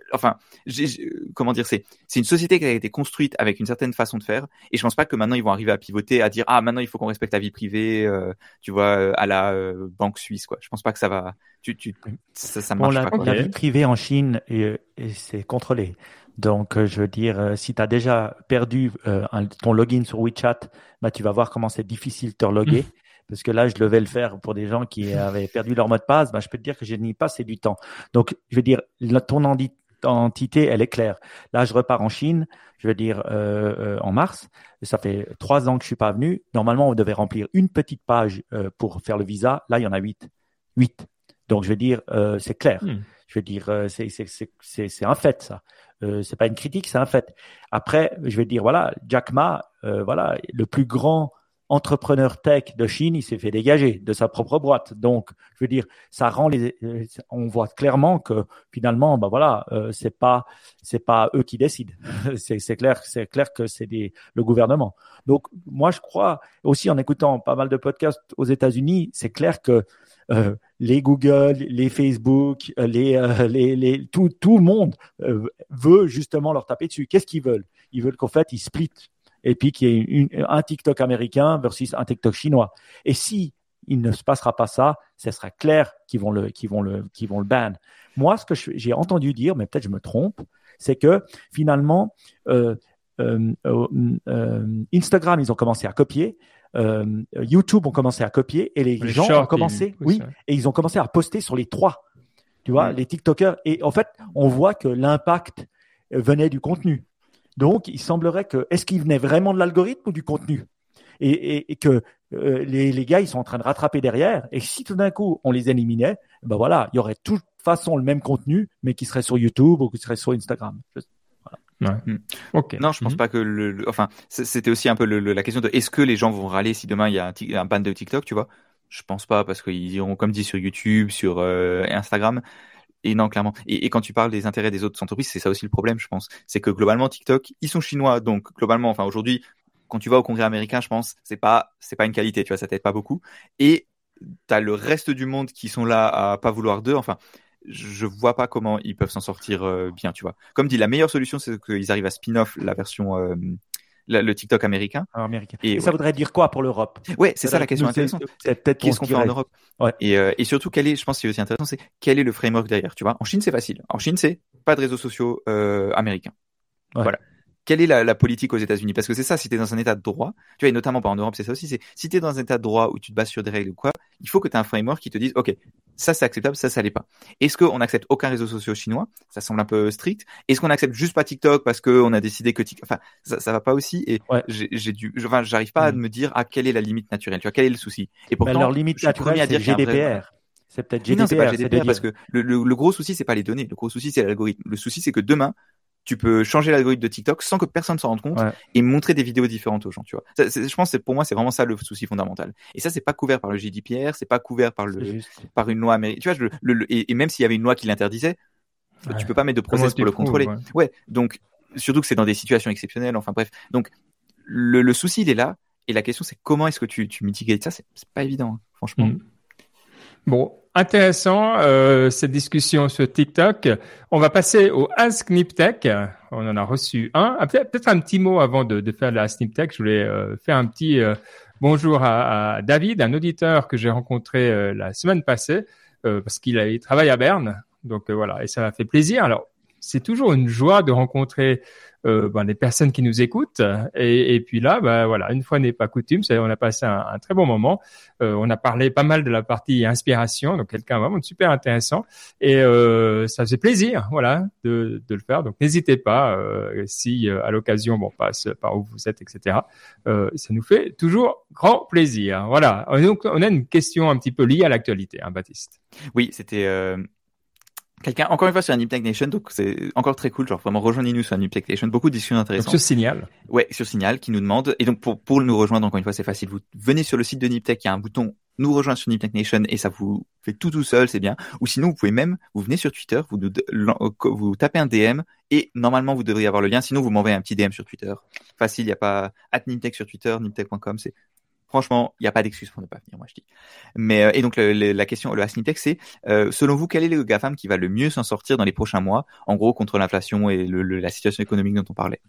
comment dire, c'est une société qui a été construite avec une certaine façon de faire. Et je pense pas que maintenant ils vont arriver à pivoter, à dire maintenant il faut qu'on respecte la vie privée, tu vois, à la banque suisse, quoi. Je pense pas que ça va, ça marche pas. Quoi. La vie privée en Chine, et c'est contrôlé. Donc, je veux dire, si tu as déjà perdu ton login sur WeChat, tu vas voir comment c'est difficile de te reloguer. Parce que là, je devais le faire pour des gens qui avaient perdu leur mot de passe. Je peux te dire que je n'y ai passé du temps. Donc, je veux dire, ton entité, elle est claire. Là, je repars en Chine, je veux dire, en mars. Ça fait 3 ans que je suis pas venu. Normalement, on devait remplir une petite page pour faire le visa. Là, il y en a 8. Donc, je veux dire, c'est clair. Je veux dire, c'est un fait, ça. C'est pas une critique, c'est un fait. Après, je vais dire, voilà, Jack Ma, voilà, le plus grand entrepreneur tech de Chine, il s'est fait dégager de sa propre boîte. Donc, je veux dire, ça rend on voit clairement que finalement, c'est pas eux qui décident. c'est clair que c'est le gouvernement. Donc, moi, je crois aussi en écoutant pas mal de podcasts aux États-Unis, c'est clair que les Google, les Facebook, tout le monde veut justement leur taper dessus. Qu'est-ce qu'ils veulent? Ils veulent qu'en fait, ils splitent. Et puis qu'il y ait un TikTok américain versus un TikTok chinois. Et si il ne se passera pas ça, ce sera clair qu'ils vont le ban. Moi, ce que j'ai entendu dire, mais peut-être je me trompe, c'est que finalement, Instagram, ils ont commencé à copier. YouTube ont commencé à copier et les gens ont commencé, et ils ont commencé à poster sur les trois. Tu vois, les TikTokers. Et en fait, on voit que l'impact venait du contenu. Donc, il semblerait est-ce qu'il venait vraiment de l'algorithme ou du contenu? Et que les gars, ils sont en train de rattraper derrière. Et si tout d'un coup, on les éliminait, il y aurait de toute façon le même contenu, mais qui serait sur YouTube ou qui serait sur Instagram. Ouais. Okay. Non, je pense pas que c'était aussi un peu la question de est-ce que les gens vont râler si demain il y a un ban de TikTok, tu vois? Je pense pas, parce qu'ils iront comme dit sur YouTube, sur Instagram. Et non, clairement. Et quand tu parles des intérêts des autres entreprises, c'est ça aussi le problème, je pense. C'est que globalement, TikTok, ils sont chinois, donc globalement, aujourd'hui, quand tu vas au Congrès américain, je pense, c'est pas une qualité, tu vois, ça t'aide pas beaucoup. Et t'as le reste du monde qui sont là à pas vouloir d'eux. Enfin, je vois pas comment ils peuvent s'en sortir bien, tu vois. Comme dit, la meilleure solution, c'est qu'ils arrivent à spin-off la version le TikTok américain. Et ça voudrait dire quoi pour l'Europe? Ouais, c'est ça la question intéressante. C'est peut-être qu'est-ce qu'on fait en Europe? Ouais. Et surtout, je pense que c'est aussi intéressant, c'est quel est le framework derrière, tu vois. En Chine, c'est facile. En Chine, c'est pas de réseaux sociaux américains. Ouais. Voilà. Quelle est la politique aux États-Unis? Parce que c'est ça, si t'es dans un état de droit, tu vois, et notamment pas en Europe, c'est ça aussi, c'est si t'es dans un état de droit où tu te bases sur des règles ou quoi, il faut que t'aies un framework qui te dise, ok, ça c'est acceptable, ça l'est pas. Est-ce qu'on accepte aucun réseau social chinois? Ça semble un peu strict. Est-ce qu'on accepte juste pas TikTok parce qu'on a décidé que TikTok, enfin, ça va pas aussi, et j'arrive pas à me dire, quelle est la limite naturelle, tu vois, quel est le souci? Et pourtant, leur limite naturelle, c'est GDPR. C'est peut-être GDPR. Non, c'est pas GDPR parce que le gros souci, c'est pas les données. Le gros souci, c'est l'algorithme. Le souci, c'est que demain, tu peux changer l'algorithme de TikTok sans que personne s'en rende compte et montrer des vidéos différentes aux gens, tu vois. Je pense que pour moi, c'est vraiment ça le souci fondamental. Et ça, c'est pas couvert par le GDPR, c'est pas couvert par par une loi américaine. Tu vois, et même s'il y avait une loi qui l'interdisait, tu peux pas mettre de process pour le contrôler. Ouais. Donc, surtout que c'est dans des situations exceptionnelles. Enfin, bref. Donc, le souci, il est là. Et la question, c'est comment est-ce que tu mitigues ça? C'est pas évident, hein, franchement. Bon, intéressant cette discussion sur TikTok. On va passer au Ask Niptech. On en a reçu un. Peut-être un petit mot avant de faire le Ask Niptech. Je voulais faire un petit bonjour à David, un auditeur que j'ai rencontré la semaine passée parce qu'il travaille à Berne. Donc voilà, et ça m'a fait plaisir. Alors, c'est toujours une joie de rencontrer des personnes qui nous écoutent et puis là voilà, une fois n'est pas coutume, on a passé un très bon moment. On a parlé pas mal de la partie inspiration, donc quelqu'un vraiment super intéressant et ça faisait plaisir voilà de le faire. Donc n'hésitez pas si à l'occasion passe par où vous êtes, etc. Ça nous fait toujours grand plaisir. Voilà. Donc on a une question un petit peu liée à l'actualité, hein, Baptiste. Oui, c'était quelqu'un, encore une fois, sur la Niptech Nation, donc c'est encore très cool, genre vraiment rejoignez-nous sur la Niptech Nation, beaucoup de discussions intéressantes. Donc, sur Signal. Ouais, sur Signal, qui nous demande, et donc pour nous rejoindre, encore une fois, c'est facile, vous venez sur le site de Niptech, il y a un bouton nous rejoindre sur Niptech Nation, et ça vous fait tout seul, c'est bien. Ou sinon, vous venez sur Twitter, vous tapez un DM, et normalement, vous devriez avoir le lien, sinon vous m'envoyez un petit DM sur Twitter. Facile, il n'y a pas @Niptech sur Twitter, niptech.com, franchement, il n'y a pas d'excuse pour ne pas venir, moi je dis. Mais et donc la question, le Ask Niptech, c'est selon vous, quel est le GAFAM qui va le mieux s'en sortir dans les prochains mois, en gros contre l'inflation et la situation économique dont on parlait?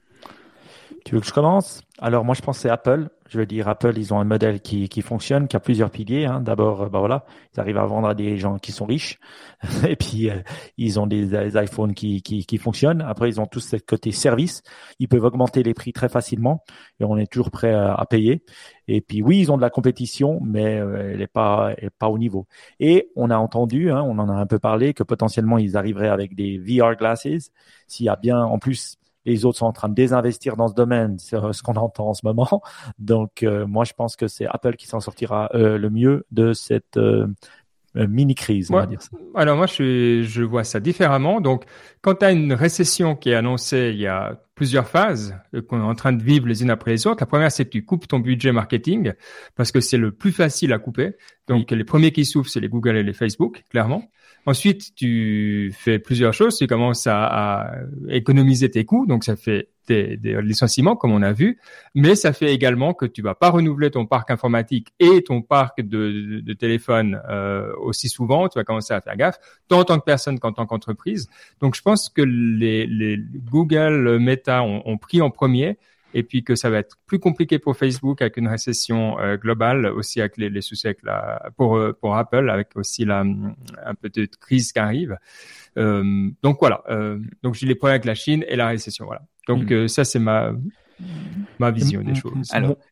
Tu veux que je commence? Alors moi je pense que c'est Apple. Je veux dire, Apple, ils ont un modèle qui fonctionne, qui a plusieurs piliers. Hein. D'abord, ils arrivent à vendre à des gens qui sont riches, et puis ils ont des iPhones qui fonctionnent. Après, ils ont tous ce côté service. Ils peuvent augmenter les prix très facilement, et on est toujours prêt à payer. Et puis oui, ils ont de la compétition, mais elle est pas au niveau. Et on a entendu, hein, on en a un peu parlé, que potentiellement ils arriveraient avec des VR glasses. S'il y a bien, en plus. Les autres sont en train de désinvestir dans ce domaine, c'est ce qu'on entend en ce moment. Donc, moi, je pense que c'est Apple qui s'en sortira le mieux de cette mini-crise, on va dire ça. Alors moi, je vois ça différemment. Donc, quand tu as une récession qui est annoncée, il y a plusieurs phases qu'on est en train de vivre les unes après les autres. La première, c'est que tu coupes ton budget marketing parce que c'est le plus facile à couper. Donc, les premiers qui souffrent, c'est les Google et les Facebook, clairement. Ensuite, tu fais plusieurs choses. Tu commences à économiser tes coûts. Donc, ça fait des licenciements, comme on a vu. Mais ça fait également que tu vas pas renouveler ton parc informatique et ton parc de téléphone aussi souvent. Tu vas commencer à faire gaffe, tant en tant que personne qu'en tant qu'entreprise. Donc, je pense que les Google, Meta ont pris en premier. Et puis que ça va être plus compliqué pour Facebook avec une récession globale, aussi avec les soucis avec pour Apple, avec aussi un peu de crise qui arrive. Donc voilà. Donc j'ai les problèmes avec la Chine et la récession. Voilà. Donc ça c'est ma vision des choses.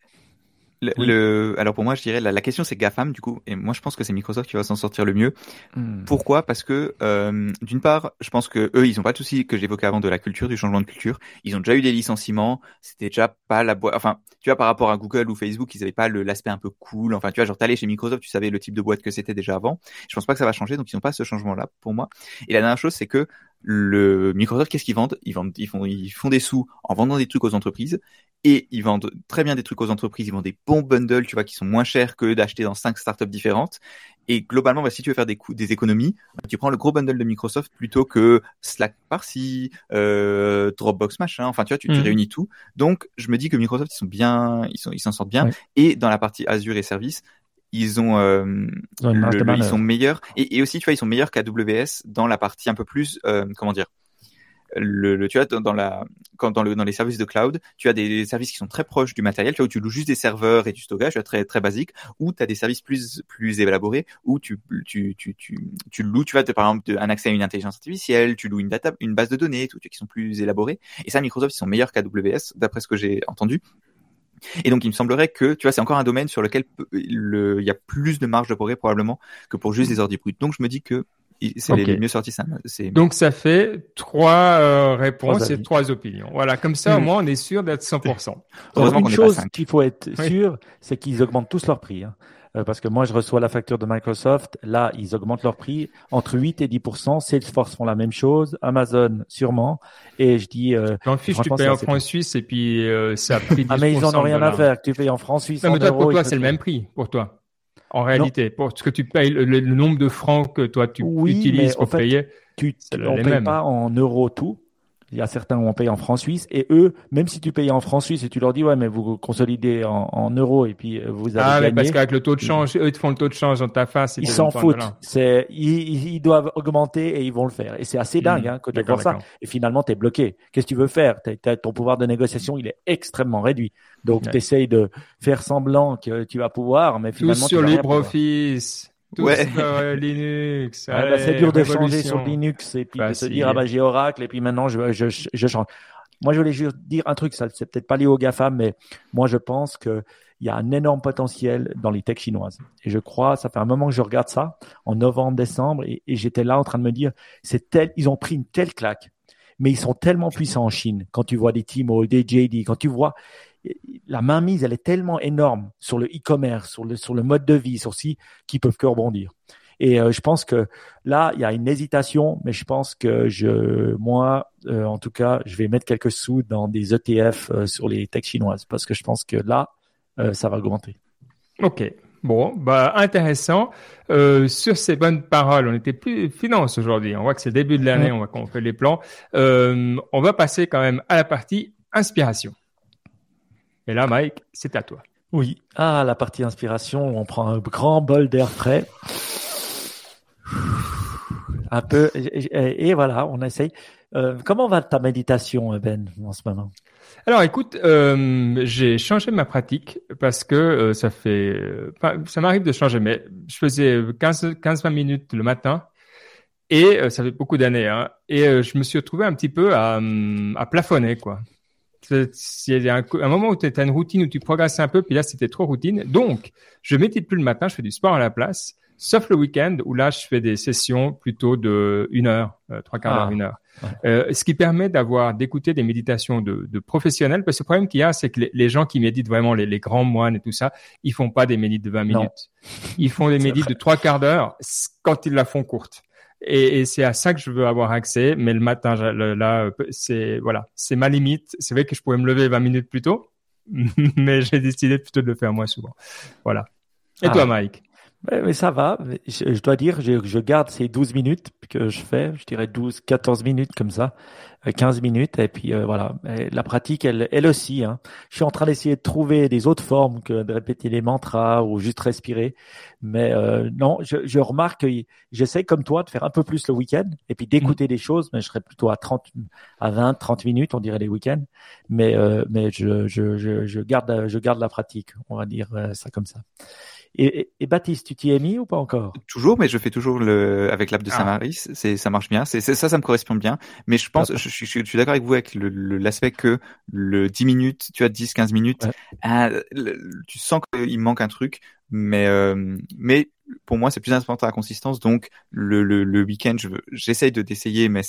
Alors pour moi, je dirais la question c'est GAFAM du coup, et moi je pense que c'est Microsoft qui va s'en sortir le mieux. Pourquoi ? Parce que d'une part, je pense que eux, ils ont pas de souci que j'évoquais avant de la culture, du changement de culture. Ils ont déjà eu des licenciements, c'était déjà pas la boîte. Enfin, tu vois, par rapport à Google ou Facebook, ils avaient pas l'aspect un peu cool. Enfin, tu vois, genre t'allais chez Microsoft, tu savais le type de boîte que c'était déjà avant. Je pense pas que ça va changer, donc ils ont pas ce changement-là pour moi. Et la dernière chose, c'est que le Microsoft, qu'est-ce qu'ils vendent ? Ils font des sous en vendant des trucs aux entreprises. Et ils vendent très bien des trucs aux entreprises, ils vendent des bons bundles, tu vois, qui sont moins chers que d'acheter dans 5 startups différentes. Et globalement, si tu veux faire des économies, tu prends le gros bundle de Microsoft plutôt que Slack par-ci, Dropbox machin. Enfin, tu vois, tu réunis tout. Donc, je me dis que Microsoft, ils s'en sortent bien. Ouais. Et dans la partie Azure et services, ils sont meilleurs. Et aussi, tu vois, ils sont meilleurs qu'AWS dans la partie un peu plus, tu vois, dans les services de cloud, tu as des services qui sont très proches du matériel, tu vois, où tu loues juste des serveurs et du stockage, très, très basique, ou tu as des services plus élaborés, où tu loues, tu vois, par exemple, un accès à une intelligence artificielle, tu loues une base de données, tout, qui sont plus élaborés. Et ça, Microsoft, ils sont meilleurs qu'AWS, d'après ce que j'ai entendu. Et donc, il me semblerait que, tu vois, c'est encore un domaine sur lequel il y a plus de marge de progrès probablement que pour juste des ordi bruts. Donc, je me dis que c'est les mieux sortis. Donc, ça fait 3 réponses et 3 opinions. Voilà, comme ça, au moins, on est sûr d'être 100%. Une chose qu'il faut être sûr, c'est qu'ils augmentent tous leur prix. Hein. Parce que moi, je reçois la facture de Microsoft. Là, ils augmentent leur prix entre 8 et 10%. Salesforce font la même chose. Amazon, sûrement. Et je dis... Dans le fiche, tu payes en francs suisses et puis ça a pris 10%. Ah, mais ils en ont rien à faire. Tu payes en francs suisses, non, mais toi, pour toi, c'est le même prix, pour toi. En réalité, pour ce que tu payes, le nombre de francs que toi tu utilises pour payer, on paye pas en euros tout. Il y a certains où on paye en francs suisses et eux, même si tu payes en francs suisses et tu leur dis ouais mais vous consolidez en euros et puis vous avez gagné. Mais parce qu'avec le taux de change, eux ils te font le taux de change dans ta face. Ils s'en foutent. Ils doivent augmenter et ils vont le faire. Et c'est assez dingue quand tu vois ça. Et finalement t'es bloqué. Qu'est-ce que tu veux faire ? Ton pouvoir de négociation il est extrêmement réduit. Donc t'essayes de faire semblant que tu vas pouvoir, mais finalement tout sur LibreOffice. Tout sur Linux. Allez, c'est dur de changer sur Linux et puis de se dire j'ai Oracle et puis maintenant je change. Moi je voulais juste dire un truc, ça c'est peut-être pas lié au GAFAM, mais moi je pense que il y a un énorme potentiel dans les techs chinoises. Et je crois, ça fait un moment que je regarde ça en novembre, décembre et j'étais là en train de me dire ils ont pris une telle claque, mais ils sont tellement puissants en Chine. Quand tu vois des Tmall, des JD, quand tu vois la mainmise, elle est tellement énorme sur le e-commerce, sur le mode de vie, sur qu'ils peuvent que rebondir. Et je pense que là, il y a une hésitation, mais je pense que moi, en tout cas, je vais mettre quelques sous dans des ETF sur les techs chinoises parce que je pense que là, ça va augmenter. Ok. Bon, intéressant. Sur ces bonnes paroles, on était plus finance aujourd'hui. On voit que c'est le début de l'année, on voit qu'on fait les plans. On va passer quand même à la partie inspiration. Et là, Mike, c'est à toi. Oui. La partie inspiration, on prend un grand bol d'air frais. Un peu. Et voilà, on essaye. Comment va ta méditation, Ben, en ce moment ? Alors, écoute, j'ai changé ma pratique parce que ça m'arrive de changer, mais je faisais 15-20 minutes le matin et ça fait beaucoup d'années. Hein, et je me suis retrouvé un petit peu à plafonner, quoi. Il y a un moment où tu as une routine où tu progresses un peu, puis là, c'était trop routine. Donc, je médite plus le matin, je fais du sport à la place, sauf le week-end où là, je fais des sessions plutôt de 1 heure, 3/4 d'heure, 1 heure. Ce qui permet d'écouter des méditations de professionnels. Parce que le problème qu'il y a, c'est que les gens qui méditent vraiment, les grands moines et tout ça, ils font pas des médites de 20 minutes. Non. Ils font des médites de 3/4 d'heure quand ils la font courte. Et c'est à ça que je veux avoir accès. Mais le matin, là, c'est ma limite. C'est vrai que je pourrais me lever 20 minutes plus tôt, mais j'ai décidé plutôt de le faire moins souvent. Voilà. Et toi, Mike? Mais ça va. Je dois dire, je garde ces 12 minutes que je fais. Je dirais 12, 14 minutes comme ça, 15 minutes. Et puis voilà. Et la pratique, elle aussi. Hein. Je suis en train d'essayer de trouver des autres formes que de répéter les mantras ou juste respirer. Mais non, je remarque que j'essaie comme toi de faire un peu plus le week-end et puis d'écouter des choses. Mais je serais plutôt à 20, 30 minutes, on dirait les week-ends. Mais je garde la pratique. On va dire ça comme ça. Et Baptiste, tu t'y es mis ou pas encore? Toujours, mais je fais toujours avec l'app de Samaris. Ça marche bien. Ça me correspond bien. Mais je pense, je suis d'accord avec vous avec l'aspect que le 10 minutes, tu as 10, 15 minutes, tu sens qu'il manque un truc. Mais pour moi, c'est plus important la consistance. Donc, le week-end, j'essaye d'essayer, mais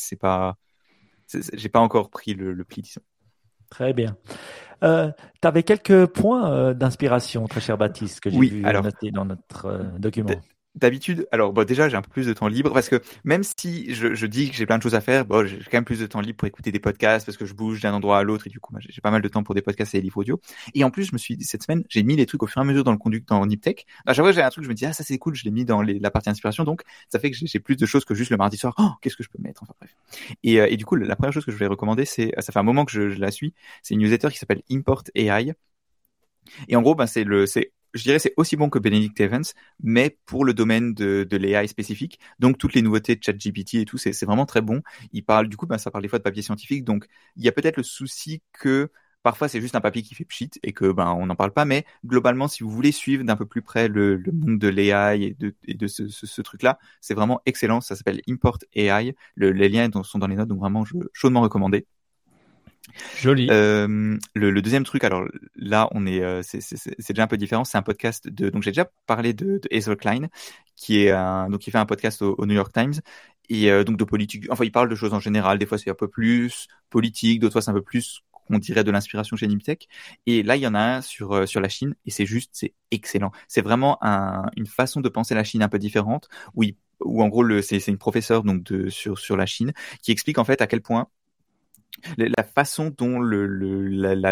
j'ai pas encore pris le pli, disons. Très bien. Tu avais quelques points d'inspiration, très cher Baptiste, que j'ai vu noter dans notre document. D'habitude, alors déjà j'ai un peu plus de temps libre parce que même si je dis que j'ai plein de choses à faire, j'ai quand même plus de temps libre pour écouter des podcasts parce que je bouge d'un endroit à l'autre et du coup j'ai pas mal de temps pour des podcasts et des livres audio. Et en plus cette semaine j'ai mis les trucs au fur et à mesure dans le conducteur dans Niptech. À chaque fois j'ai un truc, je me dis ça c'est cool, je l'ai mis dans la partie inspiration, donc ça fait que j'ai plus de choses que juste le mardi soir. Oh, qu'est-ce que je peux mettre, enfin bref. Et du coup la première chose que je voulais recommander, ça fait un moment que je la suis, c'est une newsletter qui s'appelle Import AI. Et en gros je dirais c'est aussi bon que Benedict Evans, mais pour le domaine de l'AI spécifique. Donc toutes les nouveautés de ChatGPT et tout, c'est vraiment très bon. Il parle, du coup, ça parle des fois de papier scientifique. Donc il y a peut-être le souci que parfois c'est juste un papier qui fait pchit et que on n'en parle pas. Mais globalement, si vous voulez suivre d'un peu plus près le monde de l'AI et de ce truc-là, c'est vraiment excellent. Ça s'appelle Import AI. Les liens sont dans les notes, donc vraiment chaudement recommandé. Joli. Le deuxième truc, alors là on est c'est déjà un peu différent, c'est un podcast donc j'ai déjà parlé de Ezra Klein qui fait un podcast au New York Times et donc de politique, enfin il parle de choses en général, des fois c'est un peu plus politique, d'autres fois c'est un peu plus on dirait de l'inspiration chez Niptech, et là il y en a un sur la Chine et c'est excellent. C'est vraiment une façon de penser la Chine un peu différente où en gros c'est une professeure donc sur la Chine qui explique en fait à quel point la façon dont le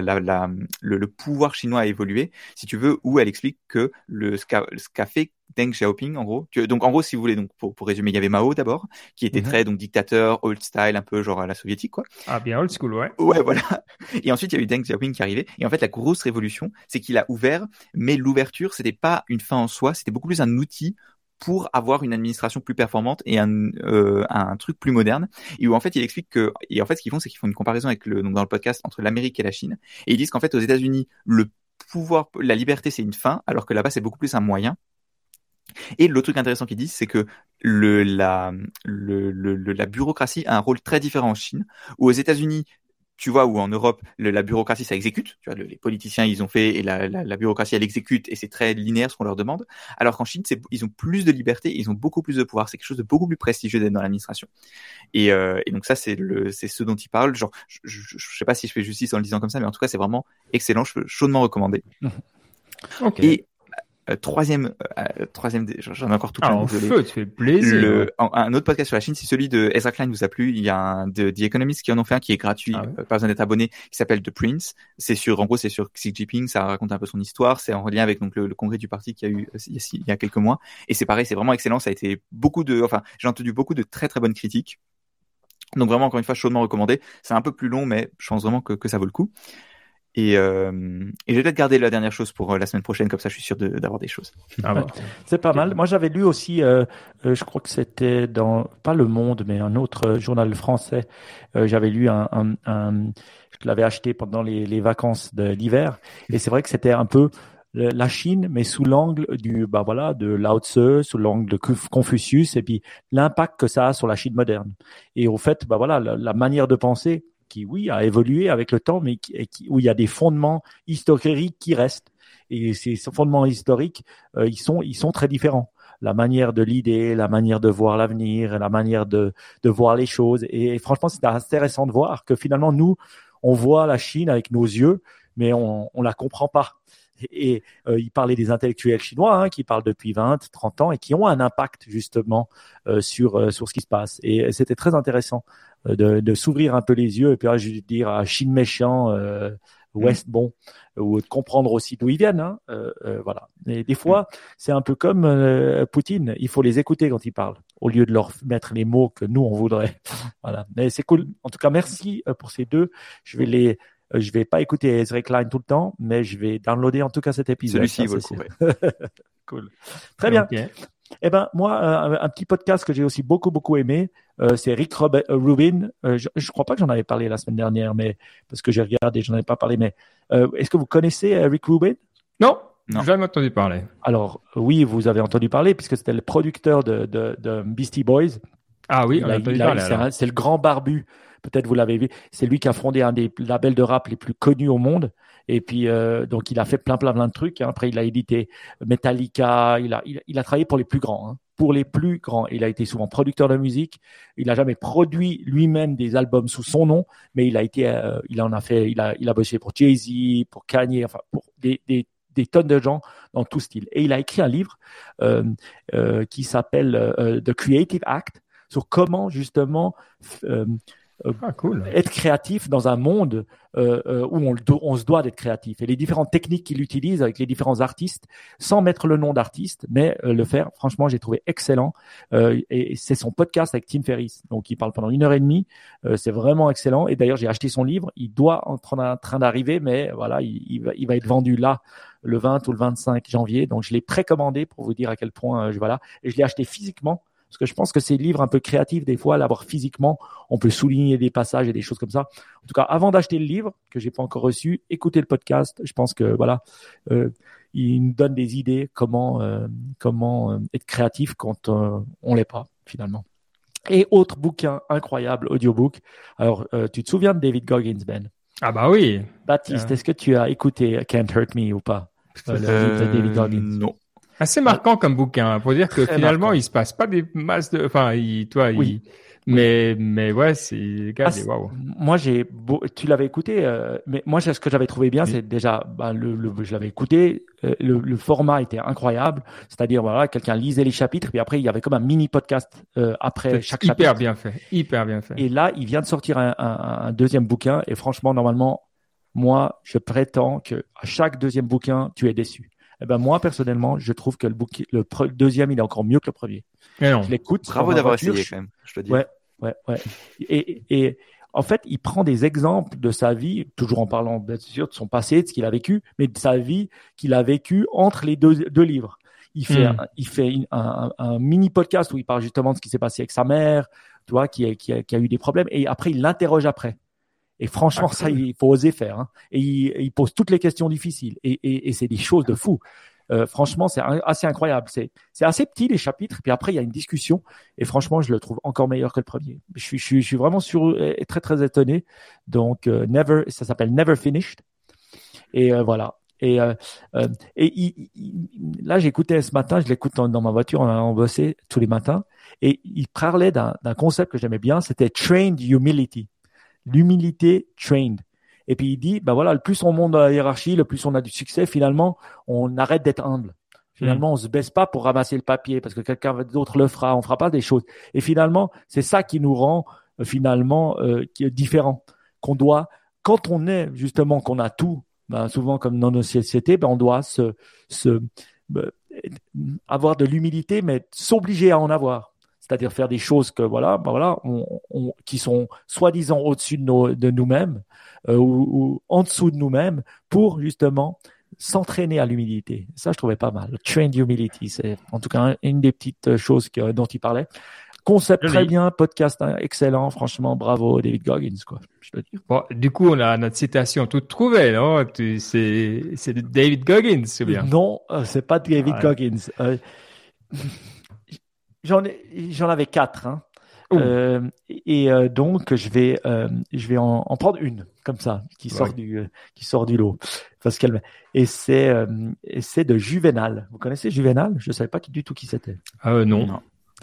pouvoir chinois a évolué, si tu veux, où elle explique que ce qu'a fait Deng Xiaoping, en gros. Donc, en gros, si vous voulez, donc, pour résumer, il y avait Mao d'abord, qui était très, donc, dictateur, old style, un peu genre à la soviétique, quoi. Ah, bien old school, ouais. Ouais, voilà. Et ensuite, il y a eu Deng Xiaoping qui arrivait. Et en fait, la grosse révolution, c'est qu'il a ouvert, mais l'ouverture, c'était pas une fin en soi, c'était beaucoup plus un outil pour avoir une administration plus performante et un truc plus moderne, et où en fait il explique et en fait ce qu'ils font, c'est qu'ils font une comparaison donc dans le podcast entre l'Amérique et la Chine, et ils disent qu'en fait aux États-Unis le pouvoir, la liberté c'est une fin, alors que là-bas c'est beaucoup plus un moyen. Et l'autre truc intéressant qu'ils disent, c'est que la bureaucratie a un rôle très différent en Chine, où aux États-Unis, tu vois, où en Europe, la bureaucratie, ça exécute. Tu vois, les politiciens, ils ont fait, et la bureaucratie, elle exécute, et c'est très linéaire ce qu'on leur demande. Alors qu'en Chine, ils ont plus de liberté, ils ont beaucoup plus de pouvoir. C'est quelque chose de beaucoup plus prestigieux d'être dans l'administration. Et donc ça, c'est ce dont ils parlent. Genre, je sais pas si je fais justice en le disant comme ça, mais en tout cas, c'est vraiment excellent. Je peux chaudement recommander. Ok. Et troisième, j'en ai encore tout plein. Feu, tu fais plaisir. Un autre podcast sur la Chine, c'est celui de Ezra Klein, vous a plu. Il y a un de The Economist qui en ont fait un qui est gratuit, pas besoin d'être abonné, qui s'appelle The Prince. En gros, c'est sur Xi Jinping, ça raconte un peu son histoire, c'est en lien avec donc le congrès du parti qu'il y a eu il y a quelques mois. Et c'est pareil, c'est vraiment excellent. Ça a été j'ai entendu beaucoup de très très bonnes critiques. Donc vraiment, encore une fois, chaudement recommandé. C'est un peu plus long, mais je pense vraiment que ça vaut le coup. Et je vais peut-être garder la dernière chose pour la semaine prochaine, comme ça je suis sûr d'avoir des choses. Ah bon. C'est pas mal. Moi j'avais lu aussi, je crois que c'était dans, pas Le Monde, mais un autre journal français, j'avais lu je l'avais acheté pendant les vacances de l'hiver, et c'est vrai que c'était un peu la Chine, mais sous l'angle de Lao Tse, sous l'angle de Confucius, et puis l'impact que ça a sur la Chine moderne. Et au fait, la manière de penser qui, oui, a évolué avec le temps, mais où il y a des fondements historiques qui restent. Et ces fondements historiques, ils sont très différents. la manière de l'idée, la manière de voir l'avenir, la manière de voir les choses. Et franchement, c'est intéressant de voir que finalement, nous, on voit la Chine avec nos yeux, mais on la comprend pas. Et il parlait des intellectuels chinois qui parlent depuis 20, 30 ans et qui ont un impact justement sur ce qui se passe. Et c'était très intéressant de s'ouvrir un peu les yeux et puis je veux dire à Chine méchant, Ouest bon, ou de comprendre aussi d'où ils viennent. Voilà. Et des fois, c'est un peu comme Poutine. Il faut les écouter quand ils parlent au lieu de leur mettre les mots que nous on voudrait. Voilà. Mais c'est cool. En tout cas, merci pour ces deux. Je vais pas écouter Ezra Klein tout le temps, mais je vais downloader en tout cas cet épisode. Celui-ci vaut le coup. Ouais. Cool. Très bien. Okay. Eh ben moi, un petit podcast que j'ai aussi beaucoup aimé, c'est Rick Rubin. Je crois pas que j'en avais parlé la semaine dernière, mais parce que j'ai regardé, j'en avais pas parlé. Mais est-ce que vous connaissez Rick Rubin? Non, jamais entendu parler. Alors oui, vous avez entendu parler puisque c'était le producteur de Beastie Boys. Ah oui, on a entendu parler. C'est le grand barbu. Peut-être vous l'avez vu. C'est lui qui a fondé un des labels de rap les plus connus au monde. Et puis donc il a fait plein de trucs. Après il a édité Metallica. Il a travaillé pour les plus grands. Pour les plus grands. Il a été souvent producteur de musique. Il n'a jamais produit lui-même des albums sous son nom, mais il a bossé pour Jay-Z, pour Kanye, enfin pour des tonnes de gens dans tout style. Et il a écrit un livre qui s'appelle The Creative Act sur comment justement cool. être créatif dans un monde où on se doit d'être créatif. Et les différentes techniques qu'il utilise avec les différents artistes, sans mettre le nom d'artiste, mais le faire, franchement, j'ai trouvé excellent. Et c'est son podcast avec Tim Ferriss. Donc, il parle pendant 1h30. C'est vraiment excellent. Et d'ailleurs, j'ai acheté son livre. Il doit en train d'arriver, mais voilà, il va être vendu là le 20 ou le 25 janvier. Donc, je l'ai précommandé pour vous dire à quel point voilà. Et je l'ai acheté physiquement. Parce que je pense que ces livres un peu créatifs, des fois, l'avoir physiquement, on peut souligner des passages et des choses comme ça. En tout cas, avant d'acheter le livre, que j'ai pas encore reçu, écoutez le podcast. Je pense que voilà, il nous donne des idées comment être créatif quand on l'est pas finalement. Et autre bouquin incroyable, audiobook. Alors, tu te souviens de David Goggins, Ben? Ah bah oui. Baptiste, est-ce que tu as écouté Can't Hurt Me ou pas? Le livre de David Goggins. Non. Assez marquant comme bouquin, pour dire que Très finalement, marquant. il se passe pas des masses de, enfin, Oui. mais ouais, c'est, waouh. Moi, tu l'avais écouté, mais moi, ce que j'avais trouvé bien, c'est déjà, je l'avais écouté, le format était incroyable, c'est-à-dire, voilà, quelqu'un lisait les chapitres, puis après, il y avait comme un mini podcast, après chaque chapitre. Hyper bien fait. Et là, il vient de sortir un deuxième bouquin, et franchement, normalement, moi, je prétends que à chaque deuxième bouquin, tu es déçu. Eh ben moi personnellement, je trouve que le deuxième il est encore mieux que le premier. Je l'écoute. Bravo d'avoir essayé quand même, je te dis. Ouais. Et en fait, il prend des exemples de sa vie, toujours en parlant bien sûr de son passé, de ce qu'il a vécu, mais de sa vie qu'il a vécu entre les deux livres. Il fait un mini podcast où il parle justement de ce qui s'est passé avec sa mère, tu vois, qui a eu des problèmes, et après il l'interroge après. Et franchement, ça, il faut oser faire. Et il pose toutes les questions difficiles. Et c'est des choses de fou. Franchement, c'est assez incroyable. C'est assez petit, les chapitres. Puis après, il y a une discussion. Et franchement, je le trouve encore meilleur que le premier. Je suis vraiment très, très étonné. Donc, ça s'appelle Never Finished. Et voilà. Et là, j'écoutais ce matin, je l'écoute dans ma voiture, on bossait tous les matins. Et il parlait d'un concept que j'aimais bien. C'était Trained Humility. L'humilité trained. Et puis il dit, voilà, le plus on monte dans la hiérarchie, le plus on a du succès, finalement, on arrête d'être humble. Finalement, on se baisse pas pour ramasser le papier parce que quelqu'un d'autre le fera, on fera pas des choses. Et finalement, c'est ça qui nous rend finalement différents. Qu'on doit, quand on est justement qu'on a tout, souvent comme dans nos sociétés, on doit avoir de l'humilité, mais s'obliger à en avoir. C'est-à-dire faire des choses que qui sont soi-disant au-dessus de nous-mêmes ou en dessous de nous-mêmes pour justement s'entraîner à l'humilité. Ça, je trouvais pas mal. Trained humility, c'est en tout cas une des petites choses dont il parlait. Concept très bien, podcast excellent, franchement, bravo David Goggins, quoi. Je dois dire. Bon, du coup, on a notre citation toute trouvée, non? C'est de David Goggins, c'est bien. Non, c'est pas David Goggins. J'en avais 4. Donc je vais en prendre une comme ça qui sort du lot parce et c'est de Juvénal. Vous connaissez Juvénal? Je savais pas du tout qui c'était. Non.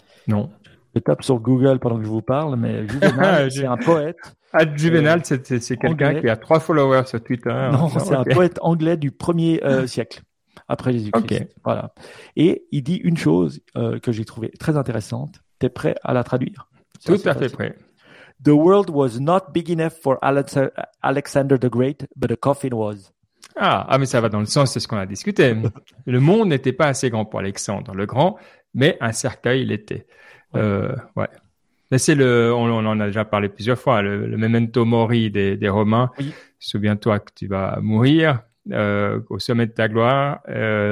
Je tape sur Google pendant que je vous parle, mais Juvénal, c'est un poète. Juvénal, c'est quelqu'un qui a 3 followers sur Twitter. Non, c'est un poète anglais du 1er siècle après Jésus-Christ. Okay. Voilà. Et il dit une chose que j'ai trouvée très intéressante. T'es prêt à la traduire? Tout à fait prêt. The world was not big enough for Alexander the Great, but a coffin was. Mais ça va dans le sens, c'est ce qu'on a discuté. Le monde n'était pas assez grand pour Alexandre le Grand, mais un cercueil l'était. Ouais. Mais on en a déjà parlé plusieurs fois, le memento mori des Romains. Oui. Souviens-toi que tu vas mourir au sommet de ta gloire.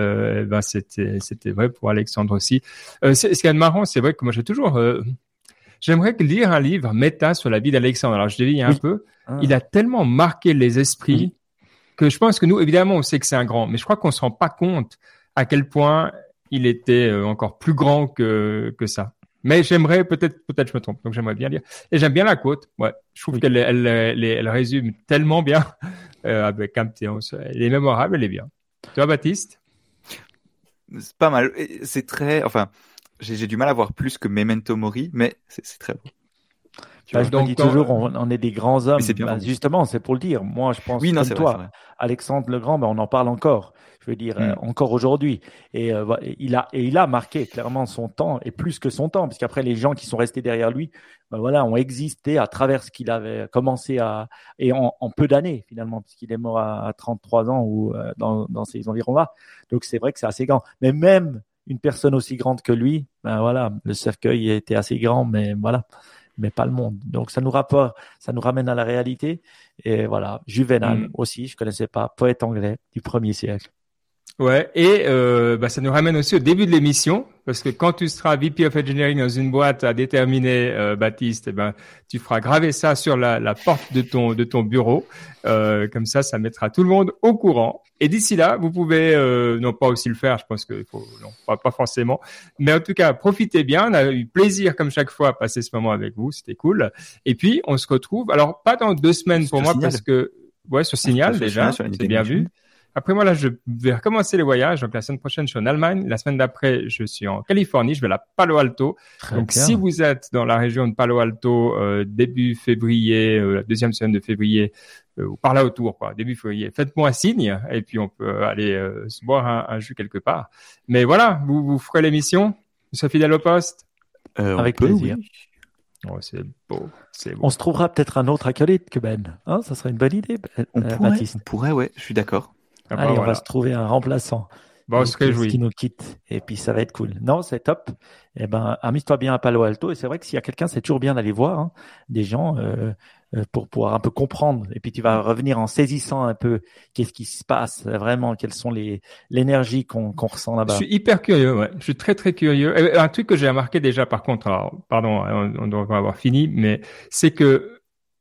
C'était vrai pour Alexandre aussi. Ce qui est marrant, c'est vrai que moi j'ai toujours j'aimerais lire un livre méta sur la vie d'Alexandre. Alors je devine un peu. Il a tellement marqué les esprits que je pense que nous, évidemment, on sait que c'est un grand, mais je crois qu'on se rend pas compte à quel point il était encore plus grand que ça. Mais j'aimerais, peut-être je me trompe, donc j'aimerais bien lire. Et j'aime bien la quote. Ouais, je trouve qu'elle elle résume tellement bien avec un petit, elle est mémorable, elle est bien. Toi, Baptiste? C'est pas mal. C'est très, enfin, j'ai du mal à voir plus que Memento Mori, mais c'est très beau. Je me dis toujours, on est des grands hommes. Justement, c'est pour le dire. Moi, je pense comme toi, vrai. Alexandre le Grand, on en parle encore. Je veux dire, encore aujourd'hui. Et il a marqué clairement son temps, et plus que son temps, parce qu'après, les gens qui sont restés derrière lui, ont existé à travers ce qu'il avait commencé et en peu d'années, finalement, puisqu'il est mort à 33 ans ou dans ces environs-là. Donc, c'est vrai que c'est assez grand. Mais même une personne aussi grande que lui, le cercueil était assez grand, mais pas le monde. Donc, ça nous ramène à la réalité. Et voilà, Juvénal aussi, je connaissais pas, poète anglais du 1er siècle. Ouais, et ça nous ramène aussi au début de l'émission, parce que quand tu seras VP of Engineering dans une boîte à déterminer, Baptiste, tu feras graver ça sur la porte de ton bureau, comme ça mettra tout le monde au courant. Et d'ici là, vous pouvez non pas aussi le faire, je pense que pas forcément, mais en tout cas profitez bien. On a eu plaisir comme chaque fois à passer ce moment avec vous, c'était cool. Et puis on se retrouve, alors pas dans 2 semaines pour moi, parce que sur Signal déjà, c'est bien vu. Après, moi, là, je vais recommencer les voyages. Donc, la semaine prochaine, je suis en Allemagne. La semaine d'après, je suis en Californie. Je vais à Palo Alto. Donc, si vous êtes dans la région de Palo Alto, début février, la deuxième semaine de février, ou par là autour, début février, faites-moi un signe. Et puis, on peut aller se boire un jus quelque part. Mais voilà, vous ferez l'émission. Vous serez fidèle au poste. Avec plaisir. Oui. Oh, c'est beau. On se trouvera peut-être un autre acolyte que Ben. Ça serait une bonne idée, on pourrait, ouais, je suis d'accord. Allez, on va se trouver un remplaçant. On se réjouit. Qui nous quitte. Et puis, ça va être cool. Non, c'est top. Amuse-toi bien à Palo Alto. Et c'est vrai que s'il y a quelqu'un, c'est toujours bien d'aller voir des gens pour pouvoir un peu comprendre. Et puis, tu vas revenir en saisissant un peu qu'est-ce qui se passe vraiment, quelles sont l'énergie qu'on ressent là-bas. Je suis hyper curieux, ouais. Je suis très, très curieux. Et un truc que j'ai remarqué déjà, par contre, alors, pardon, on devrait avoir fini, mais c'est que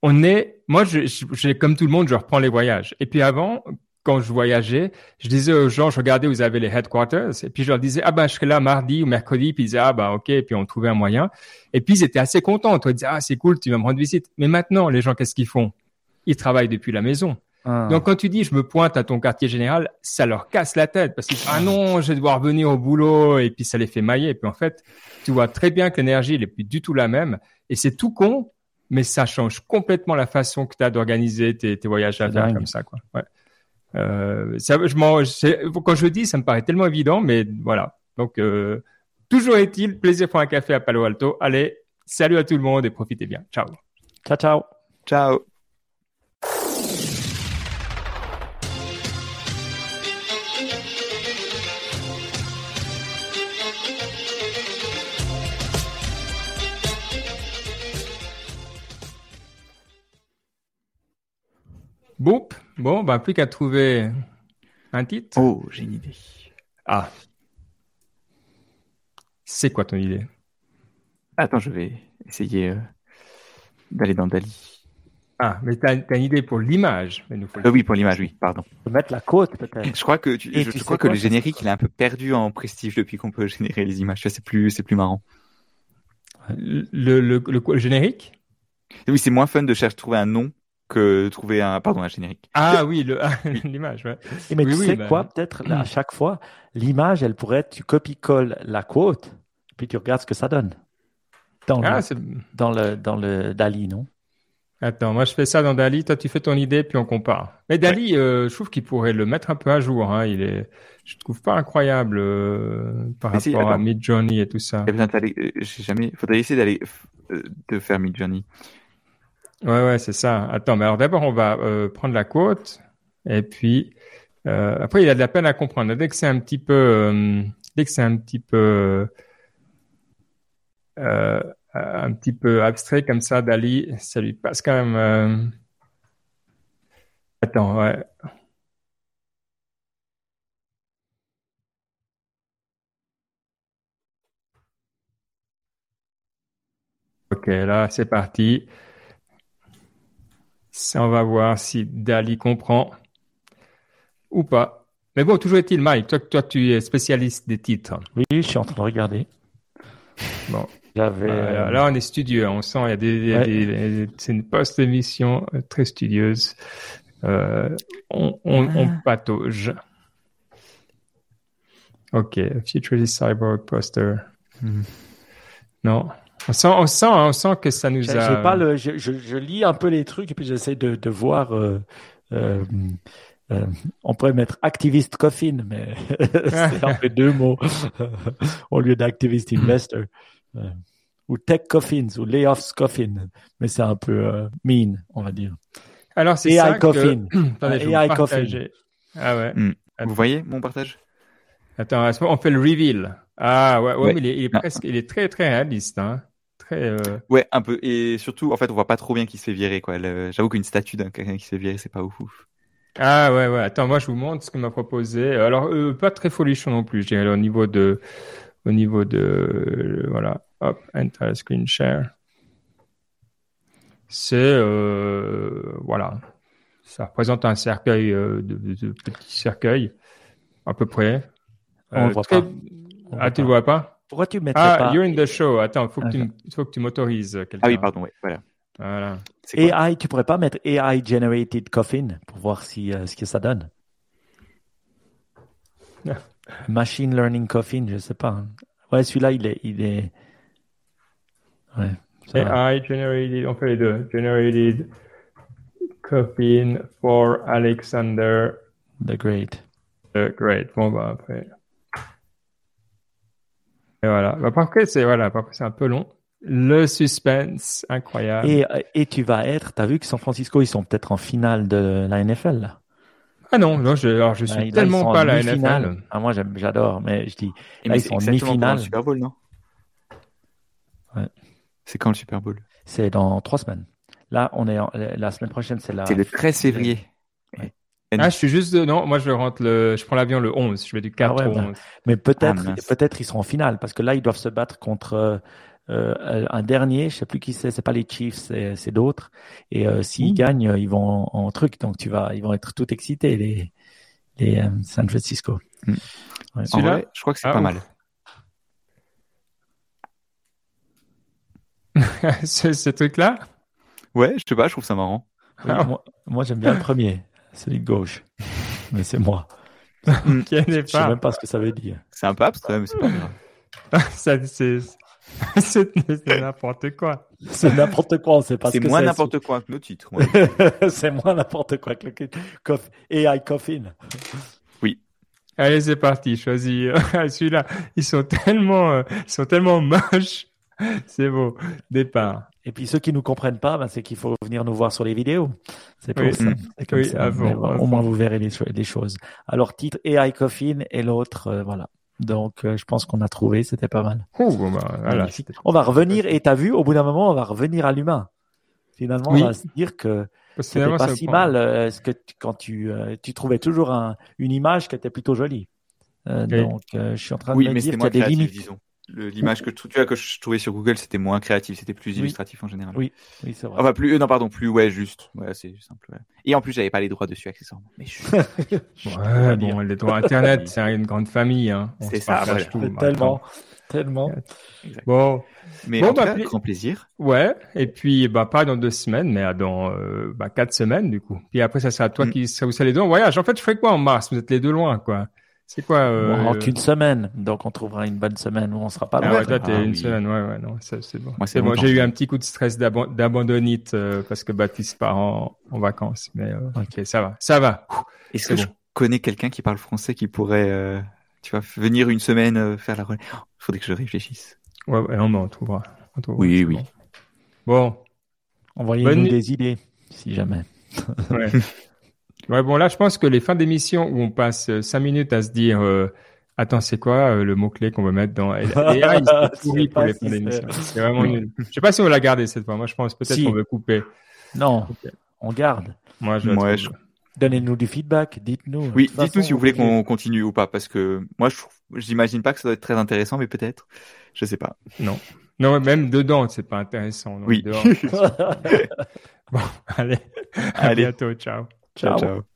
moi, j'ai comme tout le monde, je reprends les voyages. Et puis avant, quand je voyageais, je disais aux gens, je regardais où vous avez les headquarters, et puis je leur disais, je serai là mardi ou mercredi, puis ils disaient, ok, et puis on trouvait un moyen. Et puis ils étaient assez contents. Ils disaient, c'est cool, tu vas me rendre visite. Mais maintenant, les gens, qu'est-ce qu'ils font? Ils travaillent depuis la maison. Donc quand tu dis, je me pointe à ton quartier général, ça leur casse la tête, parce qu'ils disent, non, je vais devoir venir au boulot, et puis ça les fait mailler. Et puis en fait, tu vois très bien que l'énergie, elle est plus du tout la même, et c'est tout con, mais ça change complètement la façon que tu as d'organiser tes voyages à faire comme ça, quoi. Ouais. Quand je le dis, ça me paraît tellement évident, mais voilà. Donc, toujours est-il, plaisir pour un café à Palo Alto. Allez, salut à tout le monde et profitez bien. Ciao. Ciao, ciao. Ciao. Boop. Bon, plus qu'à trouver un titre. Oh, j'ai une idée. C'est quoi ton idée? Attends, je vais essayer d'aller dans Dali. Mais t'as une idée pour l'image. Oui, pour l'image, oui, pardon. On peut mettre la côte, peut-être. Je crois que, je crois que le générique, il est un peu perdu en prestige depuis qu'on peut générer les images. C'est plus marrant. Le générique? Oui, c'est moins fun de trouver un nom que trouver un générique. Ah oui, l'image, ouais. Mais oui, tu sais bah, quoi, peut-être là, à chaque fois, l'image, elle pourrait être, tu copies-colles la quote, puis tu regardes ce que ça donne dans Ah, dans le DALL-E, non? Attends, moi je fais ça dans Dali, toi tu fais ton idée, puis on compare. Mais Dali, je trouve qu'il pourrait le mettre un peu à jour. Hein. Je trouve pas incroyable par Mais si, rapport à attends. Midjourney et tout ça. Eh bien, faudrait essayer d'aller de faire Midjourney. Ouais, c'est ça. Attends, mais alors d'abord on va prendre la quote, et puis après il a de la peine à comprendre. Dès que c'est un petit peu, un petit peu abstrait comme ça, Dali, ça lui passe quand même. Attends, ouais. Ok, là c'est parti. On va voir si Dali comprend ou pas. Mais bon, toujours est-il, Mike, toi tu es spécialiste des titres. Oui, je suis en train de regarder. Bon, J'avais. là on est studieux, on sent il y a c'est une post-émission très studieuse. On patauge. Ok, Futurist Cyborg Poster. Non. On sent que ça nous a. J'ai pas je lis un peu les trucs et puis j'essaie de voir. On pourrait mettre activist coffin, mais c'est un peu deux mots au lieu d'activist investor. Ou tech coffins ou layoffs coffin, mais c'est un peu mean, on va dire. Alors c'est AI ça coffin. Attendez, je vais AI vous coffin. partager. Ah ouais. Vous voyez mon partage? Attends, on fait le reveal. Ah ouais. Mais il est Ah. presque, il est très très réaliste, hein. Très. Ouais, un peu. Et surtout, en fait, on voit pas trop bien qui se fait virer, quoi. J'avoue qu'une statue d'un quelqu'un qui se fait virer, c'est pas ouf. Ah ouais. Attends, moi je vous montre ce qu'il m'a proposé. Alors pas très folichon non plus, je dirais au niveau de, voilà. Hop, enter screen share. C'est voilà. Ça représente un cercueil de petits cercueils à peu près. On le voit pas. Tu le vois pas? Pourquoi tu mettrais pas you're in the show. Attends, faut que tu m'autorises quelqu'un. Ah oui, pardon, ouais, voilà. Voilà. AI, tu pourrais pas mettre AI generated coffin pour voir ce que ça donne. Machine learning coffin, je sais pas. Hein. Ouais, celui-là, il est. Ouais. AI generated, on fait les deux. Generated coffin for Alexander the Great. Bon, bah, après. Et voilà. Bah, après, c'est un peu long. Le suspense, incroyable. Et t'as vu que San Francisco, ils sont peut-être en finale de la NFL, là. Ah non, je suis tellement pas la NFL. Ah, moi, j'adore, mais je dis, là, ils sont en demi-finale. C'est le Super Bowl, non? Ouais. C'est quand le Super Bowl? C'est dans 3 semaines. Là, la semaine prochaine, c'est le 13 février. Ouais. Ah, je suis juste non, moi je prends l'avion le 11, je vais du 4 au 11. Mais peut-être ils seront en finale parce que là ils doivent se battre contre un dernier, je sais plus qui c'est pas les Chiefs, c'est d'autres. Et s'ils gagnent, ils vont en truc, donc ils vont être tout excités les San Francisco. Ouais. Celui-là, je crois que c'est pas mal. ce truc-là? Ouais, je sais pas, je trouve ça marrant. Oui, moi j'aime bien le premier, celui de gauche. Mais c'est moi. Je sais même pas ce que ça veut dire. C'est un peu abstrait, mais c'est pas grave. C'est n'importe quoi. C'est n'importe quoi, on sait pas ce que c'est. C'est moins n'importe quoi que le titre. Ouais. C'est moins n'importe quoi que le titre. AI Coffin. Oui. Allez, c'est parti, choisis. Celui-là, ils sont tellement moches. C'est beau. Départ. Et puis ceux qui nous comprennent pas, c'est qu'il faut venir nous voir sur les vidéos. C'est pour ça. C'est comme ça. Au moins vous verrez les choses. Alors titre AI Coffin et l'autre, voilà. Donc je pense qu'on a trouvé, c'était pas mal. Voilà. On va revenir et t'as vu, au bout d'un moment, on va revenir à l'humain. Finalement, on va se dire que c'était pas si mal, que quand tu trouvais toujours une image qui était plutôt jolie. Donc je suis en train de me dire qu'il y a des limites. Disons. l'image que je trouvais sur Google, c'était moins créatif, c'était plus illustratif en général. Oui, c'est vrai. Enfin, juste. Ouais, c'est simple. Ouais. Et en plus, j'avais pas les droits dessus accessoirement. Mais ouais, bon, les droits Internet, c'est une grande famille, hein. C'est ça, voilà. Tout, Tellement. Exact. Bon. Mais en tout cas, grand plaisir. Ouais. Et puis, pas dans 2 semaines, mais dans 4 semaines, du coup. Puis après, ça sera toi vous serez les deux en voyage. En fait, je ferai quoi en mars? Vous êtes les deux loin, quoi. C'est quoi Bon, qu'une semaine, donc on trouvera une bonne semaine où on sera pas loin. Ah ouais, toi t'es une semaine, ouais, non, ça c'est bon. Moi, c'est bon. J'ai eu un petit coup de stress d'abandonnite parce que Baptiste part en vacances, mais ok, ça va. Est-ce que je connais quelqu'un qui parle français qui pourrait, venir une semaine faire la relais? Il faudrait que je réfléchisse. Ouais, non, mais on trouvera. Oui. Bon. Envoyez-nous des idées, si jamais. Ouais. Ouais, bon, là, je pense que les fins d'émission où on passe 5 minutes à se dire, attends, c'est quoi le mot-clé qu'on va mettre dans AI, c'est pourri pour les fins d'émission. C'est vraiment nul. Je sais pas si on l'a gardé cette fois. Moi, je pense peut-être qu'on veut couper. Non, on garde. Moi, Donnez-nous du feedback, dites-nous. Oui, dites-nous si vous voulez qu'on continue ou pas, parce que moi, j'imagine pas que ça doit être très intéressant, mais peut-être. Je sais pas. Non, même dedans, c'est pas intéressant. Donc oui. Dehors, bon, allez. À bientôt. Ciao. Ciao.